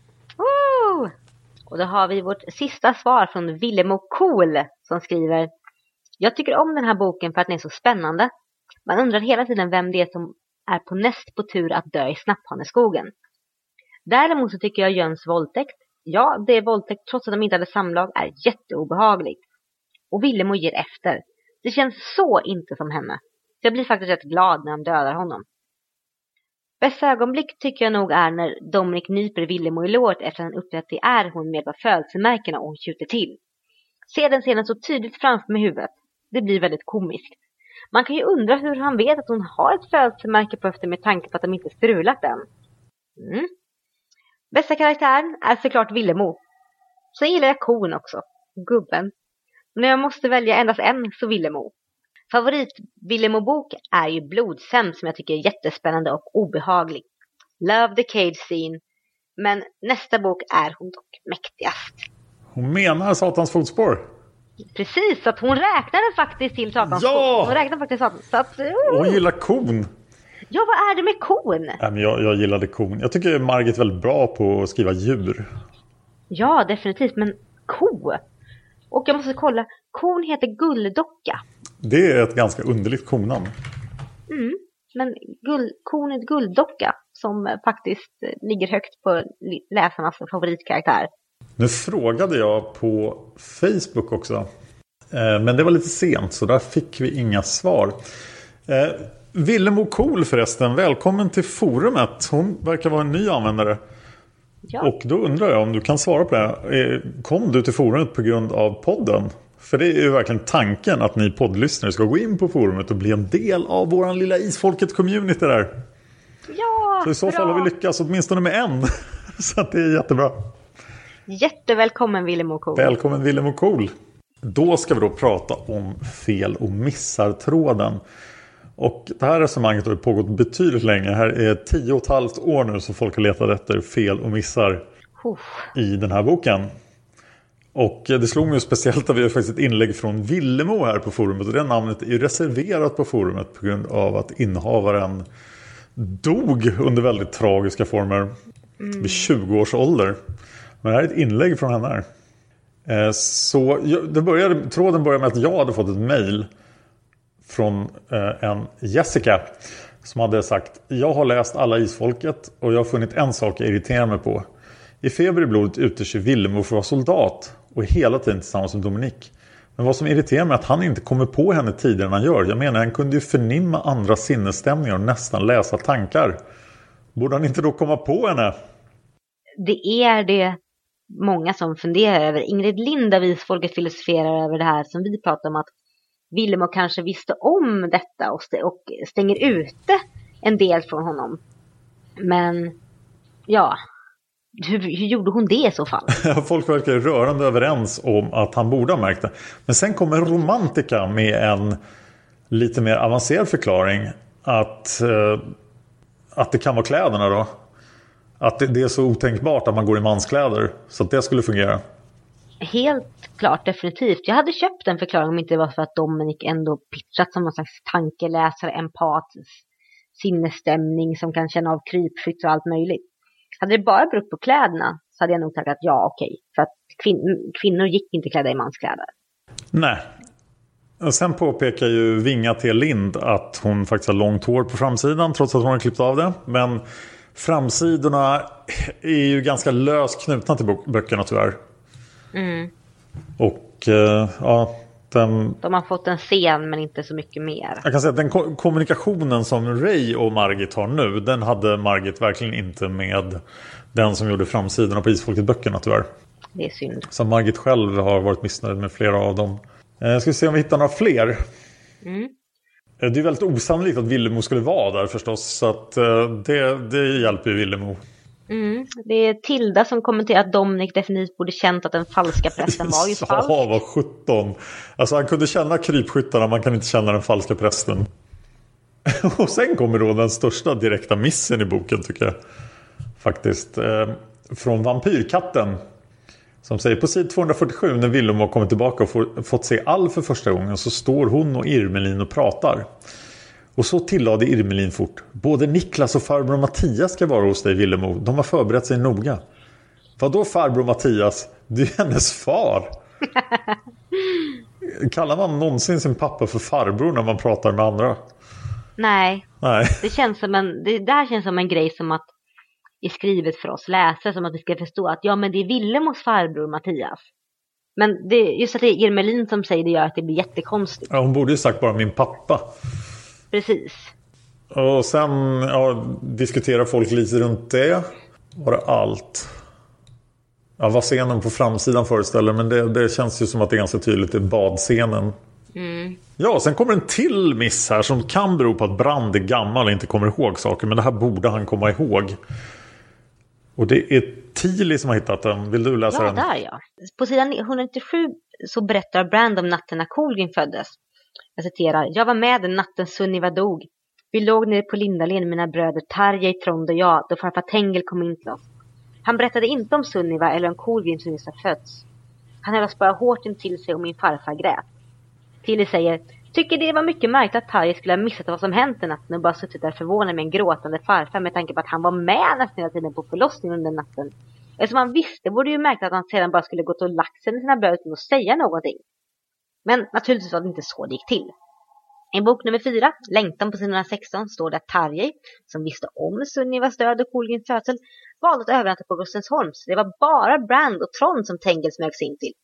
Och då har vi vårt sista svar från Villemo Cool som skriver: jag tycker om den här boken för att den är så spännande. Man undrar hela tiden vem det är som är på näst på tur att dö i Snapphaneskogen. Däremot så tycker jag Jöns våldtäkt, ja det är våldtäkt trots att de inte hade samlag, är jätteobehagligt. Och Villemo ger efter. Det känns så inte som henne. Så jag blir faktiskt rätt glad när de dödar honom. Bästa ögonblick tycker jag nog är när Dominic nyper Villemo i låret efter att han upptäcker att det är hon med på födelsemärkena och hon skjuter till. Ser den scenen så tydligt framför mig i huvudet. Det blir väldigt komiskt. Man kan ju undra hur han vet att hon har ett födelsemärke på efter med tanke på att de inte strulat den. Bästa karaktären är såklart Villemo. Så gillar jag kon också. Gubben. Men när jag måste välja endast en så Villemo. Favorit Villemo-bok är ju Blodshämnd som jag tycker är jättespännande och obehaglig. Love the cage scene. Men nästa bok är hon dock mäktigast. Hon menar Satans fotspår. Precis, så att hon räknade faktiskt till Satans fotspår. Hon räknade faktiskt Satans. Så att, hon gillar kon. Ja, vad är det med kon? Jag gillade kon. Jag tycker Margit är väldigt bra på att skriva djur. Ja, definitivt. Men ko. Och jag måste kolla. Kon heter Gulldocka. Det är ett ganska underligt konamn. Men kon är ett Gulldocka som faktiskt ligger högt på läsarnas favoritkaraktär. Nu frågade jag på Facebook också. Men det var lite sent så där fick vi inga svar. Villemo Cool förresten, välkommen till forumet. Hon verkar vara en ny användare. Ja. Och då undrar jag om du kan svara på det. Kom du till forumet på grund av podden? För det är ju verkligen tanken att ni poddlyssnare ska gå in på forumet och bli en del av våran lilla Isfolket-community där. Ja, så i så fall har vi lyckats åtminstone med en. Så att det är jättebra. Jättevälkommen Villemo Cool. Välkommen Villemo Cool. Då ska vi då prata om fel och missar-tråden. Och det här resonemanget har pågått betydligt länge. Här är 10,5 år nu som folk har letat efter fel och missar i den här boken. Och det slog mig speciellt att vi har faktiskt ett inlägg från Villemo här på forumet. Och det namnet är ju reserverat på forumet på grund av att innehavaren dog under väldigt tragiska former vid 20 års ålder. Men det här är ett inlägg från henne här. Så tråden började med att jag hade fått ett mejl från en Jessica som hade sagt: jag har läst alla Isfolket och jag har funnit en sak jag irriterar mig på. I Feber i blodet utger Villemo för att vara soldat och är hela tiden tillsammans med Dominic. Men vad som irriterar mig är att han inte kommer på henne tidigare än han gör. Jag menar, han kunde ju förnimma andra sinnesstämningar och nästan läsa tankar. Borde han inte då komma på henne? Det är det många som funderar över. Ingrid Lind av Isfolket filosoferar över det här som vi pratar om, att Villemo kanske visste om detta och stänger ute en del från honom. Men ja, hur gjorde hon det i så fall? Folk verkar rörande överens om att han borde ha märkt det. Men sen kommer Romantika med en lite mer avancerad förklaring att det kan vara kläderna då. Att det är så otänkbart att man går i manskläder. Så att det skulle fungera. Helt klart, definitivt. Jag hade köpt en förklaring om inte det var för att Dominic ändå pitchat som någon slags tankeläsare, empat, sinnesstämning som kan känna av krypskytt och allt möjligt. Hade det bara berott på kläderna så hade jag nog sagt att ja, okej. För att kvinnor gick inte klädda i manskläder. Nej. Och sen påpekar ju Vinga T. Lind att hon faktiskt har långt hår på framsidan trots att hon har klippt av det. Men framsidorna är ju ganska löst knutna till böckerna tyvärr. Och ja, de har fått en scen men inte så mycket mer. Jag kan säga att den kommunikationen som Ray och Margit har nu, den hade Margit verkligen inte med den som gjorde framsidorna på Isfolket-böckerna tyvärr. Det är synd. Så Margit själv har varit missnöjd med flera av dem. Ska vi se om vi hittar några fler. Det är väldigt osannolikt att Villemo skulle vara där förstås. Så att det hjälper ju Villemo. Det är Tilda som kommenterar att Dominic definitivt borde känt att den falska prästen var just falsk. Ja, vad 17. Alltså han kunde känna krypskyttarna, man kan inte känna den falska prästen. Och sen kommer då den största direkta missen i boken tycker jag. Faktiskt. Från Vampyrkatten. Som säger på sid 247 när Villemo kommer tillbaka och fått se All för första gången så står hon och Irmelin och pratar. Och så tillade Irmelin fort. Både Niklas och farbror Mattias ska vara hos dig Villemo. De har förberett sig noga. Vadå farbror Mattias? Du är hennes far. Kallar man någonsin sin pappa för farbror när man pratar med andra? Nej. Det känns som det här känns som en grej som att är skrivet för oss läsare, som att vi ska förstå att ja, men det är Villemos farbror Mattias. Men det, just att det är Irmelin som säger det gör att det blir jättekonstigt. Ja, hon borde ju sagt bara min pappa. Precis. Och sen diskuterar folk lite runt det. Var det allt? Ja, vad scenen på framsidan föreställer, men det känns ju som att det är ganska tydligt. Det är badscenen. Ja, sen kommer en till miss här som kan bero på att Brand är gammal och inte kommer ihåg saker. Men det här borde han komma ihåg. Och det är Tilly som har hittat den. Vill du läsa den? Ja, där ja. På sidan 197 så berättar Brand om natten när Colgrin föddes. Jag citerar. Jag var med den natten Sunniva dog. Vi låg nere på Lindalen, mina bröder Tarjei, Trond och jag, då farfar Tengel kom in till oss. Han berättade inte om Sunniva eller om Colgrin som just har fötts. Han höll oss bara hårt in till sig och min farfar grät. Tilly säger, tycker det var mycket märkligt att Tarjei skulle ha missat vad som hänt den natten och bara suttit där förvånad med en gråtande farfar med tanke på att han var med nästan hela tiden på förlossningen under natten. Eftersom han visste borde ju märkt att han sedan bara skulle gått och lagt sig med sina bröder utan att säga någonting. Men naturligtvis var det inte så det gick till. I bok nummer 4, Längtan på sidan 16, står det att Tarjei, som visste om Sunnivas död och Colgrins födsel, valde att övernatta på Rostensholm. Så det var bara Brand och Trond som Tengel smög sig in till.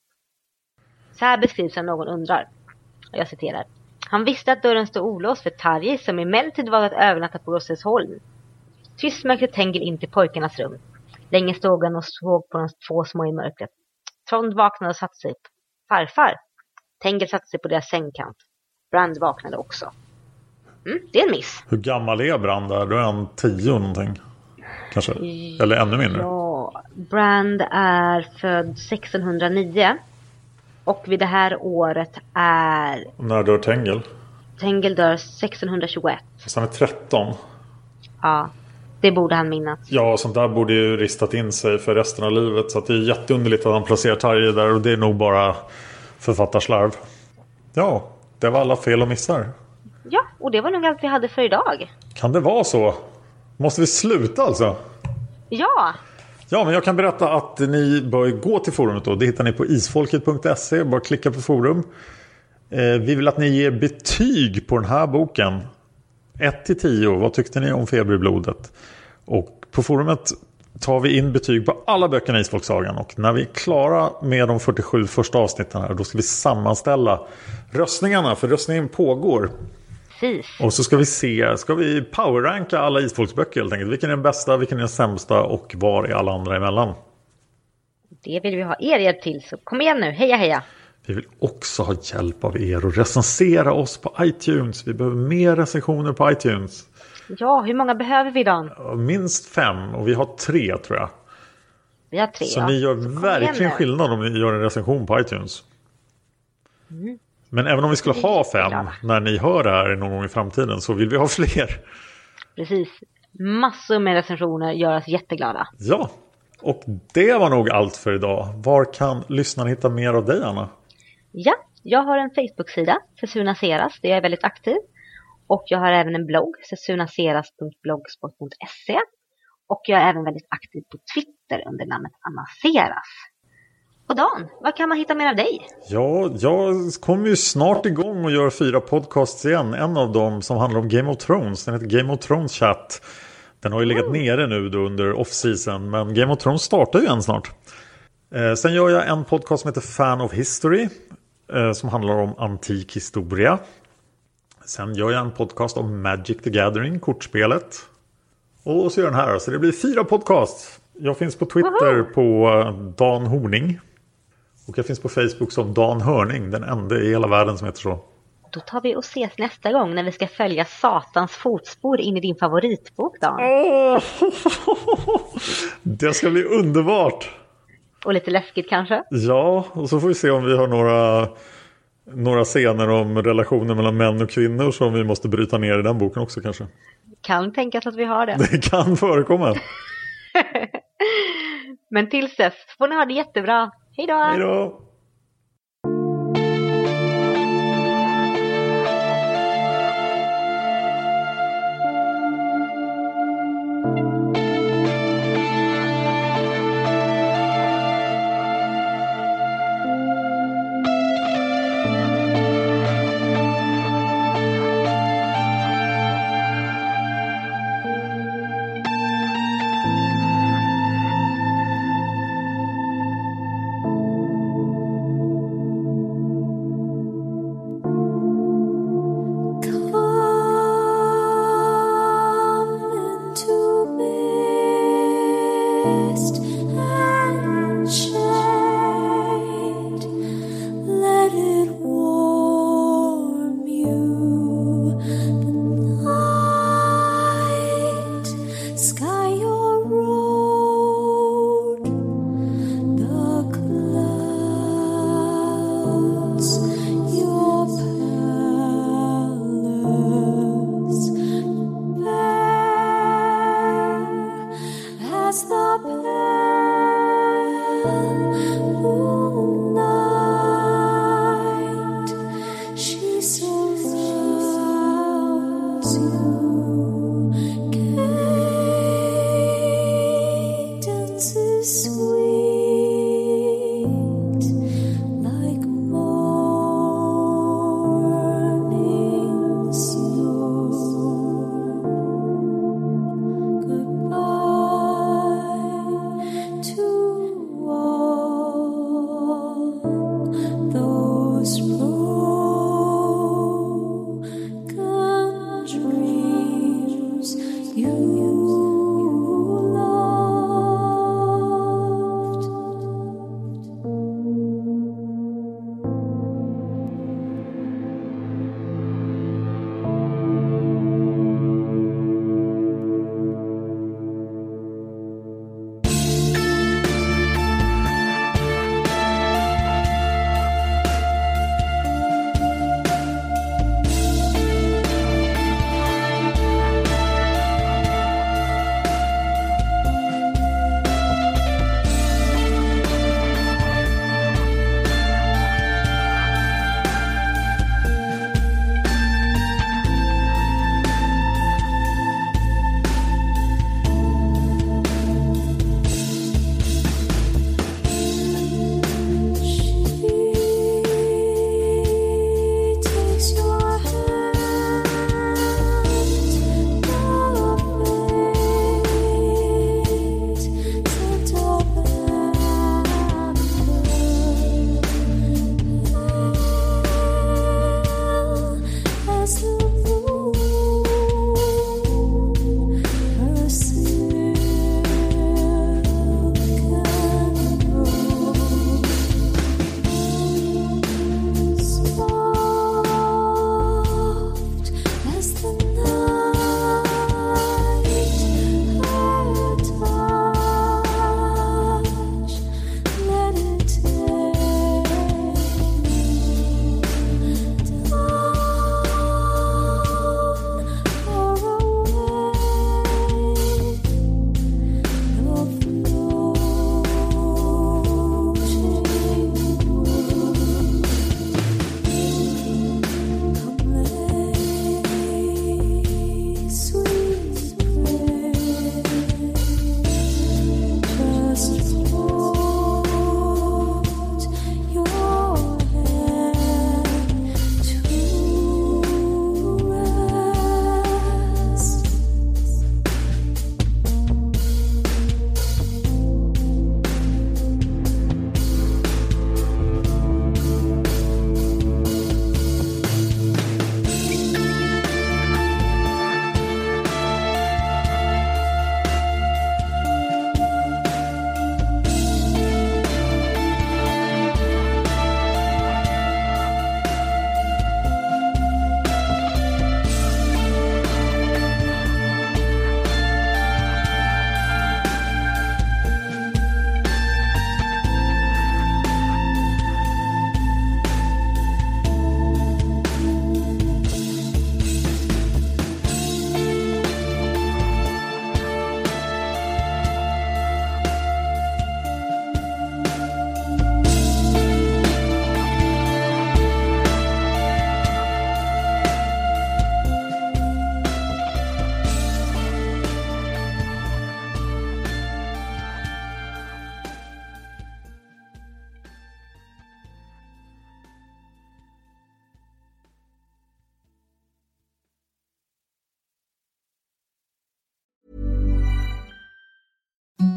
Så här beskrivs när någon undrar. Jag citerar. Han visste att dörren stod olåst för Tarjei, som emellertid var att övernatta på Rostensholm. Tyst smög Tengel in till pojkarnas rum. Länge stod han och såg på de två små i mörkret. Trond vaknade och satte sig upp. Farfar. Tengel satte sig på deras sängkant. Brand vaknade också. Det är en miss. Hur gammal är Brand där? Då är han 10 någonting. Kanske. Eller ännu mindre. Ja, Brand är född 1609. Och vid det här året är... När dör Tengel? Tengel dör 1621. Så han är 13. Ja, det borde han minnas. Ja, sånt där borde ju ristat in sig för resten av livet. Så att det är jätteunderligt att han placerar Tarjei där. Och det är nog bara författarslarv. Ja, det var alla fel och missar. Ja, och det var nog allt vi hade för idag. Kan det vara så? Måste vi sluta alltså? Ja. Ja, men jag kan berätta att ni bör gå till forumet då. Det hittar ni på isfolket.se. Bara klicka på forum. Vi vill att ni ger betyg på den här boken. 1-10. Vad tyckte ni om Feber i blodet? Och på forumet tar vi in betyg på alla böckerna i Isfolksagan. Och när vi är klara med de 47 första avsnitten här, då ska vi sammanställa röstningarna. För röstningen pågår. Precis. Och så ska vi powerranka alla Isfolksböcker helt enkelt. Vilken är den bästa, vilken är den sämsta och var är alla andra emellan? Det vill vi ha er hjälp till, så kom igen nu, heja heja! Vi vill också ha hjälp av er och recensera oss på iTunes. Vi behöver mer recensioner på iTunes. Ja, hur många behöver vi då? Minst 5 och vi har 3 tror jag. Vi har 3, så ni gör verkligen skillnad om ni gör en recension på iTunes. Men även om vi skulle ha 5 när ni hör det här någon gång i framtiden så vill vi ha fler. Precis. Massor med recensioner gör oss jätteglada. Ja, och det var nog allt för idag. Var kan lyssnarna hitta mer av dig, Anna? Ja, jag har en Facebook-sida, Sesunaseras, där jag är väldigt aktiv. Och jag har även en blogg, sesunaseras.blogspot.se. Och jag är även väldigt aktiv på Twitter under namnet Anna Seras. Och Dan, vad kan man hitta mer av dig? Ja, jag kommer ju snart igång och gör 4 podcasts igen. En av dem som handlar om Game of Thrones. Den heter Game of Thrones Chat. Den har ju legat nere nu då under off-season. Men Game of Thrones startar ju än snart. Sen gör jag en podcast som heter Fan of History. Som handlar om antik historia. Sen gör jag en podcast om Magic the Gathering, kortspelet. Och så gör den här. Så det blir 4 podcasts Jag finns på Twitter på Dan Horning. Och jag finns på Facebook som Dan Hörning, den enda i hela världen som heter så. Då tar vi och ses nästa gång när vi ska följa Satans fotspår in i din favoritbok, Dan. Det ska bli underbart. Och lite läskigt kanske. Ja, och så får vi se om vi har några scener om relationer mellan män och kvinnor som vi måste bryta ner i den boken också kanske. Kan tänkas att vi har det. Det kan förekomma. Men tills dess får ni ha det jättebra. Hej då! Hej då!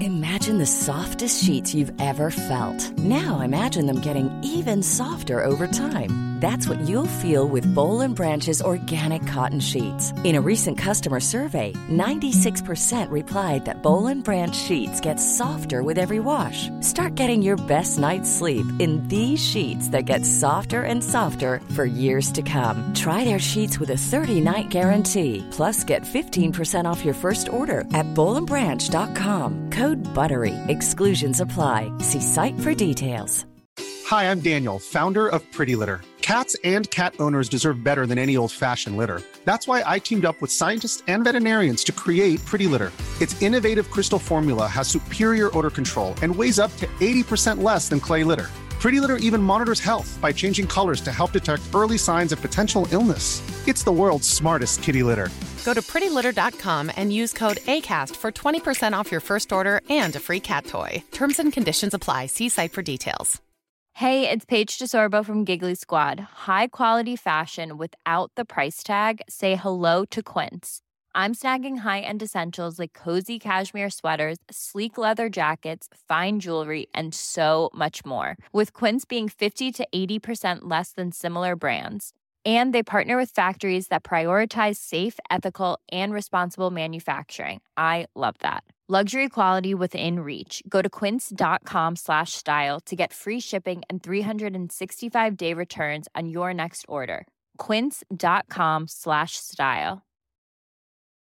Imagine the softest sheets you've ever felt. Now imagine them getting even softer over time. That's what you'll feel with Boll & Branch's organic cotton sheets. In a recent customer survey, 96% replied that Boll & Branch sheets get softer with every wash. Start getting your best night's sleep in these sheets that get softer and softer for years to come. Try their sheets with a 30-night guarantee. Plus, get 15% off your first order at bollandbranch.com. Code BUTTERY. Exclusions apply. See site for details. Hi, I'm Daniel, founder of Pretty Litter. Cats and cat owners deserve better than any old-fashioned litter. That's why I teamed up with scientists and veterinarians to create Pretty Litter. Its innovative crystal formula has superior odor control and weighs up to 80% less than clay litter. Pretty Litter even monitors health by changing colors to help detect early signs of potential illness. It's the world's smartest kitty litter. Go to prettylitter.com and use code ACAST for 20% off your first order and a free cat toy. Terms and conditions apply. See site for details. Hey, it's Paige DeSorbo from Giggly Squad. High quality fashion without the price tag. Say hello to Quince. I'm snagging high-end essentials like cozy cashmere sweaters, sleek leather jackets, fine jewelry, and so much more. With Quince being 50 to 80% less than similar brands. And they partner with factories that prioritize safe, ethical, and responsible manufacturing. I love that. Luxury quality within reach. Go to quince.com/style to get free shipping and 365-day returns on your next order. Quince.com/style.